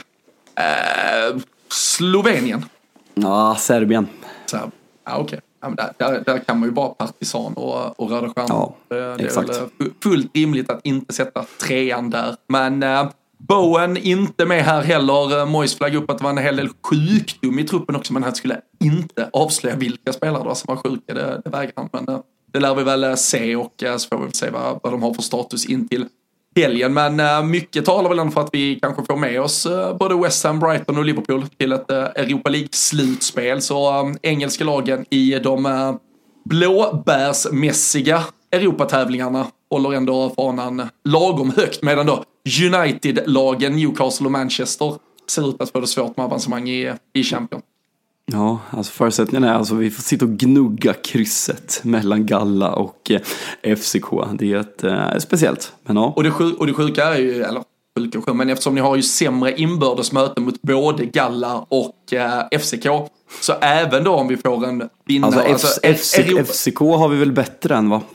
Äh, Slovenien. Ja, Serbien. Så, ja, okej. Okay. Ja, men där, där, där kan man ju bara Partisan och, och Röda Stjärnan. Ja, det är exakt. väl fullt rimligt att inte sätta trean där. Men äh, Bowen inte med här heller. Moyes flagg upp att det var en hel del sjukdom i truppen också, men han skulle inte avslöja vilka spelare det var som var sjuka. Det, det vägrar han. Men äh, det lär vi väl se, och äh, så får vi väl se vad, vad de har för status in till helgen. Men äh, mycket talar väl ändå för att vi kanske får med oss äh, både West Ham, Brighton och Liverpool till ett äh, Europa League-slutspel. Så äh, engelska lagen i de äh, blåbärsmässiga Europatävlingarna håller ändå fanan lagom högt, medan då United-lagen, Newcastle och Manchester ser ut att få det svårt med avancemang i, i Champions. Ja, alltså förutsättningen är alltså vi får sitta och gnugga krysset mellan Galla och eh, F C K. Det är ett eh, speciellt, men ja. Och det, och det sjuka är ju, eller sjuka, men eftersom ni har ju sämre inbördes möten mot både Galla och eh, F C K, så även då om vi får en vinnare. Alltså, F- alltså F- F C K har vi väl bättre än, va?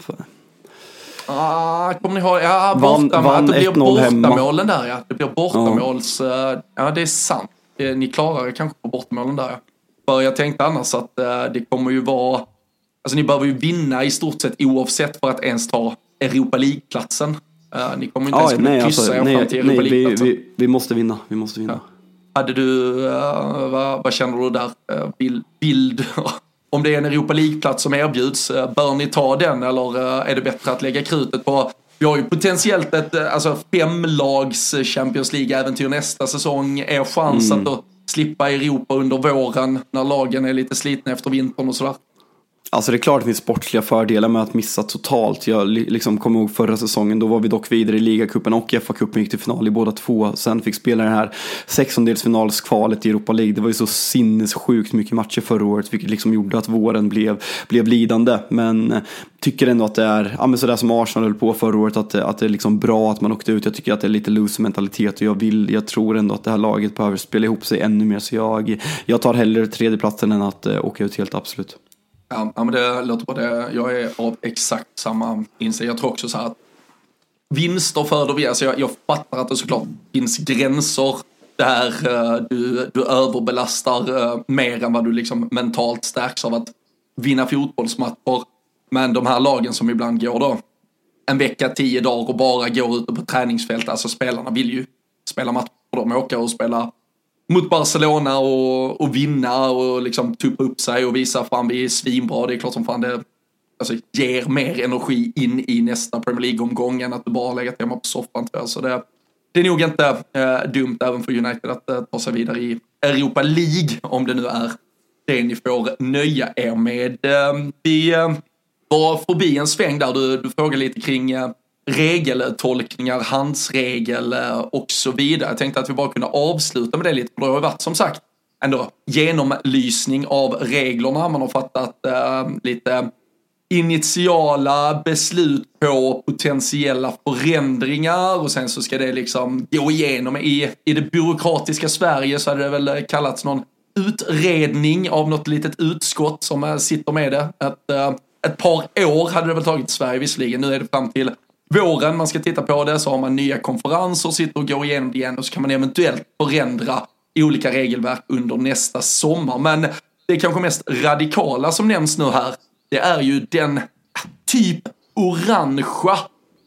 Ah, kommer ni ha, ja, Van, borta, van att det blir bortamålen hemma. där, ja. Det blir bortamåls, ja, ja det är sant. Ni klarar kanske på bortamålen där, ja. För jag tänkte annars att uh, det kommer ju vara, alltså ni behöver ju vinna i stort sett oavsett för att ens ta Europa League-platsen. Uh, ni kommer inte ens kunna kryssa alltså, er nej, fram till Europa nej, League-platsen. Vi, vi, vi måste vinna, vi måste vinna. Ja. Hade du, uh, vad, vad känner du där? Uh, bild, bild om det är en Europa League-plats som erbjuds, uh, bör ni ta den, eller uh, är det bättre att lägga krutet på, vi har ju potentiellt ett uh, alltså femlags Champions League-äventyr nästa säsong, är chans mm. att då slippa Europa under våren när lagen är lite slitna efter vintern och sådär. Alltså det är klart att det finns sportsliga fördelar med att missa totalt. Jag liksom kommer ihåg förra säsongen, då var vi dock vidare i ligacupen och F A-cupen, gick till final i båda två. Sen fick spela det här sextondelsfinalskvalet i Europa League. Det var ju så sinnessjukt mycket matcher förra året, vilket liksom gjorde att våren blev, blev lidande. Men tycker ändå att det är, ja men sådär som Arsenal höll på förra året, att, att det är liksom bra att man åkte ut. Jag tycker att det är lite loose mentalitet, och jag vill, jag tror ändå att det här laget behöver spela ihop sig ännu mer. Så jag, jag tar hellre tredjeplatsen än att uh, åka ut helt, absolut. Ja, men det låter på det. Jag är av exakt samma insikt. Jag tror också så här att vinster föder vi. Alltså jag, jag fattar att det såklart finns gränser där uh, du, du överbelastar uh, mer än vad du liksom mentalt stärks av att vinna fotbollsmatcher. Men de här lagen som ibland går då en vecka, tio dagar och bara går ute på träningsfält. Alltså spelarna vill ju spela matcher. De åker och spela mot Barcelona och, och vinna och liksom tuppa upp sig och visa fan vi är svinbra. Det är klart som fan det alltså, ger mer energi in i nästa Premier League-omgång än att du bara lägger hemma på soffan. Så det, det är nog inte eh, dumt även för United att eh, ta sig vidare i Europa League, om det nu är det ni får nöja er med. Eh, vi eh, var förbi en sväng där du, du frågade lite kring eh, regeltolkningar, handsregel och så vidare. Jag tänkte att vi bara kunde avsluta med det lite, för det har varit som sagt ändå genomlysning av reglerna. Man har fattat äh, lite initiala beslut på potentiella förändringar, och sen så ska det liksom gå igenom i, i det byråkratiska Sverige, så hade det väl kallats någon utredning av något litet utskott som äh, sitter med det. Ett, äh, ett par år hade det väl tagit i Sverige visserligen, nu är det fram till våren man ska titta på det, så har man nya konferenser, sitter och går igenom det igen, och så kan man eventuellt förändra olika regelverk under nästa sommar. Men det kanske mest radikala som nämns nu här, det är ju den typ orangea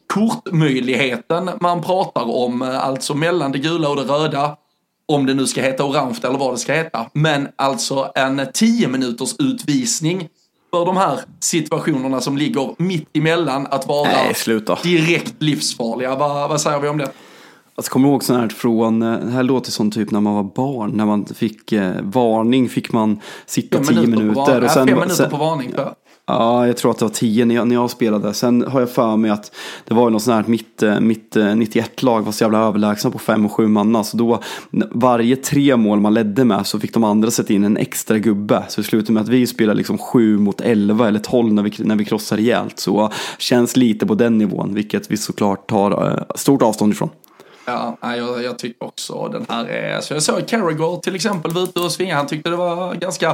kortmöjligheten man pratar om, alltså mellan det gula och det röda, om det nu ska heta orange eller vad det ska heta. Men alltså en tio minuters utvisning för de här situationerna som ligger mitt emellan att vara Nej, direkt livsfarliga. Vad, vad säger vi om det? Alltså, kommer du ihåg sån här från, det här låter som typ när man var barn, när man fick eh, varning fick man sitta fem tio minuter. minuter och sen, fem minuter sen, på varning. För. Ja, jag tror att det var tio när jag, när jag spelade. Sen har jag för mig att det var något sånt här, mitt, mitt nittioett-lag var så jävla överlägsna på fem och sju manna. Så då, varje tre mål man ledde med så fick de andra sätta in en extra gubbe. Så det slutade med att vi spelade liksom sju mot elva eller tolv när vi, när vi krossar rejält. Så känns lite på den nivån, vilket vi såklart tar uh, stort avstånd ifrån. Ja, jag, jag tycker också den här är... Så jag såg Carragher till exempel var ute och svinga. Han tyckte det var ganska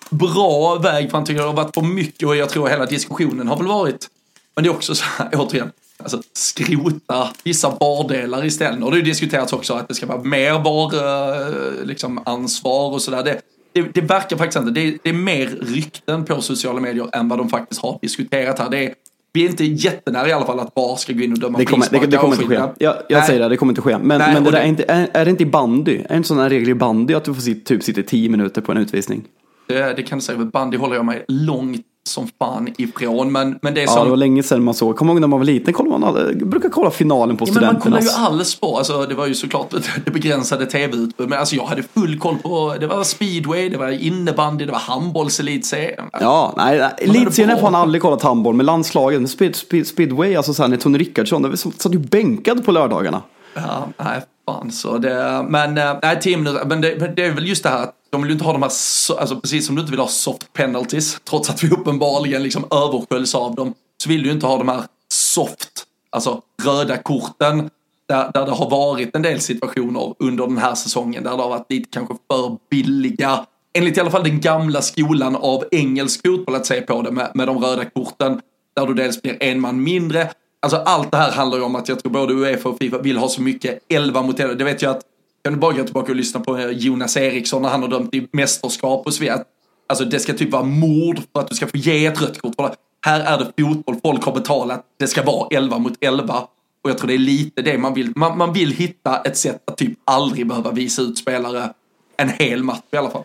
bra väg, för han tycker det har varit för mycket, och jag tror hela diskussionen har väl varit... Men det är också så här, återigen, alltså skrota vissa bardelar istället. Och det har ju diskuterats också att det ska vara mer bar, liksom, ansvar och sådär. Det, det, det verkar faktiskt inte. Det, det är mer rykten på sociala medier än vad de faktiskt har diskuterat här. Det är... Vi är inte jättenära i alla fall att bar ska gå in och döma. Det kommer, det, det kommer inte ske. Jag, jag säger det, det kommer inte ske. Men, Nej, men det, det... Är, inte, är, är det inte i bandy? Är det inte sådana regler i bandy att du får sitta, typ sitta tio minuter på en utvisning? Det, det kan du säga. Bandy håller jag mig långt som fan ifrån. Men, men det är ja, som... det var länge sedan man såg. Kommer ihåg när man var liten? Kollade man all... brukar kolla finalen på ja, studenternas. Men man kollar ju alls på. Alltså, det var ju såklart det begränsade tv-utbud. Men alltså, jag hade full koll på. Det var speedway, det var innebandy, det var handbollselitserien. Ja, nej. Elitserien har fan aldrig kollat handboll. Med landslagen, speed, speed, speedway, alltså så här, när Tony Rickardsson, det satt ju bänkad på lördagarna. Ja, nej, fan så det... Men, nej, tio minuter. Men det, men det är väl just det här att de vill ju inte ha de här, alltså precis som du inte vill ha soft penalties, trots att vi uppenbarligen liksom översköljs av dem, så vill du ju inte ha de här soft, alltså röda korten, där, där det har varit en del situationer under den här säsongen där det har varit lite kanske för billiga, enligt i alla fall den gamla skolan av engelsk fotboll att se på det med, med de röda korten, där du dels blir en man mindre. Alltså allt det här handlar ju om att jag tror både UEFA och FIFA vill ha så mycket elva mot elva. Det vet jag att kan du bara gå tillbaka och lyssna på Jonas Eriksson när han har dömt i mästerskap och så vidare. Alltså det ska typ vara mord för att du ska få ge ett rött kort. För här är det fotboll, folk har betalat, det ska vara elva mot elva. Och jag tror det är lite det man vill. Man, man vill hitta ett sätt att typ aldrig behöva visa ut spelare en hel match i alla fall.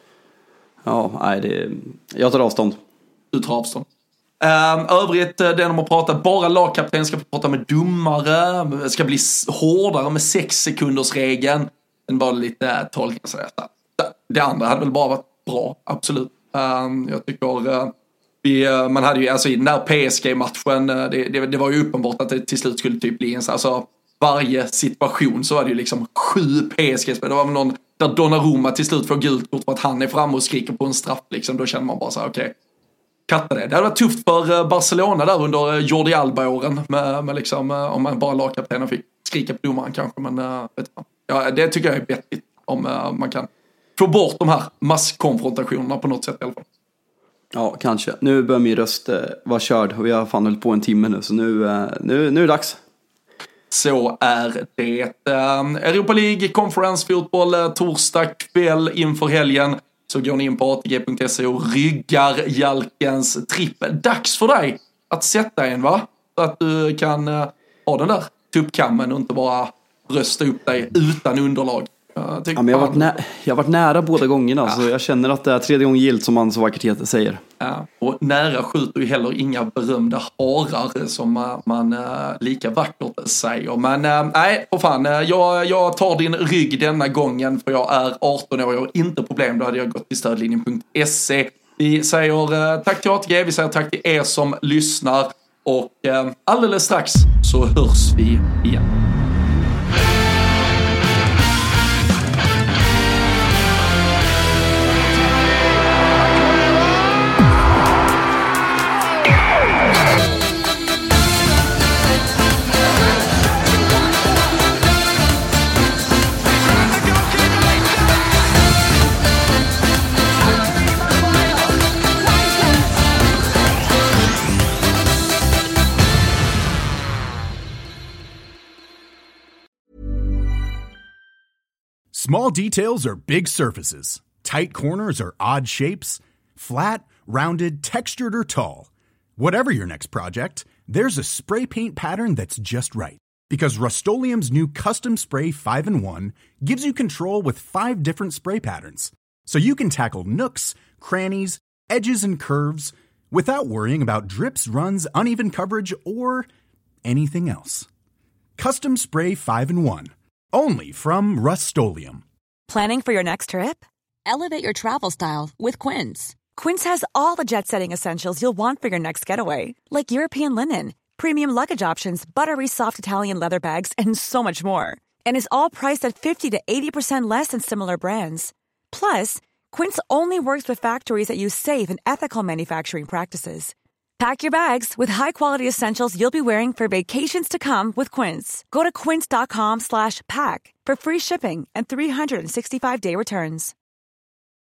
Ja, nej, det, jag tar avstånd. Du tar avstånd. Um, övrigt, det de har pratat, bara lagkapten ska få prata med domare, ska bli hårdare med sex sekunders regeln. Den var lite tolkning. Det andra hade väl bara varit bra, absolut. Um, jag tycker uh, vi, uh, man hade ju, alltså i den här P S G-matchen, uh, det, det, det var ju uppenbart att det till slut skulle typ bli en, alltså varje situation så var det ju liksom sju P S G-spel. Det var väl någon där Donnarumma till slut får gult kort för att han är framme och skriker på en straff liksom. Då känner man bara så här, okej, okay, katta det. Det hade varit tufft för Barcelona där under Jordi Alba-åren med, med liksom, uh, om man bara lagkaptenen fick skrika på domaren kanske, men uh, vet du. Ja, det tycker jag är vettigt om uh, man kan få bort de här masskonfrontationerna på något sätt i alla fall. Ja, kanske. Nu börjar min röst uh, vara körd och vi har fan hållit på en timme nu, så nu, uh, nu, nu är det dags. Så är det. Uh, Europa League, konferensfotboll, uh, torsdag kväll inför helgen. Så går ni in på A T G punkt se och ryggar Jalkens trippel. Dags för dig att sätta en, va? Så att du kan uh, ha den där tuppkammen och inte bara rösta upp dig utan underlag. Jag, ja, men jag, har varit nä- jag har varit nära båda gångerna, ja. Så jag känner att det är tredje gången gilt som man så vackert säger. Ja, och nära skjuter ju heller inga berömda harar som man, man äh, lika vackert säger. Men äh, nej, för fan, äh, jag, jag tar din rygg denna gången för jag är arton år, jag har inte problem, då hade jag gått till stödlinjen punkt se. Vi säger äh, tack till A T G, vi säger tack till er som lyssnar och äh, alldeles strax så hörs vi igen. Small details are big surfaces. Tight corners are odd shapes. Flat, rounded, textured, or tall. Whatever your next project, there's a spray paint pattern that's just right. Because Rust-Oleum's new Custom Spray five in one gives you control with five different spray patterns. So you can tackle nooks, crannies, edges, and curves without worrying about drips, runs, uneven coverage, or anything else. Custom Spray five in one. Only from Rust-Oleum. Planning for your next trip? Elevate your travel style with Quince. Quince has all the jet-setting essentials you'll want for your next getaway, like European linen, premium luggage options, buttery soft Italian leather bags, and so much more. And is all priced at fifty to eighty percent less than similar brands. Plus, Quince only works with factories that use safe and ethical manufacturing practices. Pack your bags with high-quality essentials you'll be wearing for vacations to come with Quince. Go to quince.com slash pack for free shipping and three sixty-five day returns.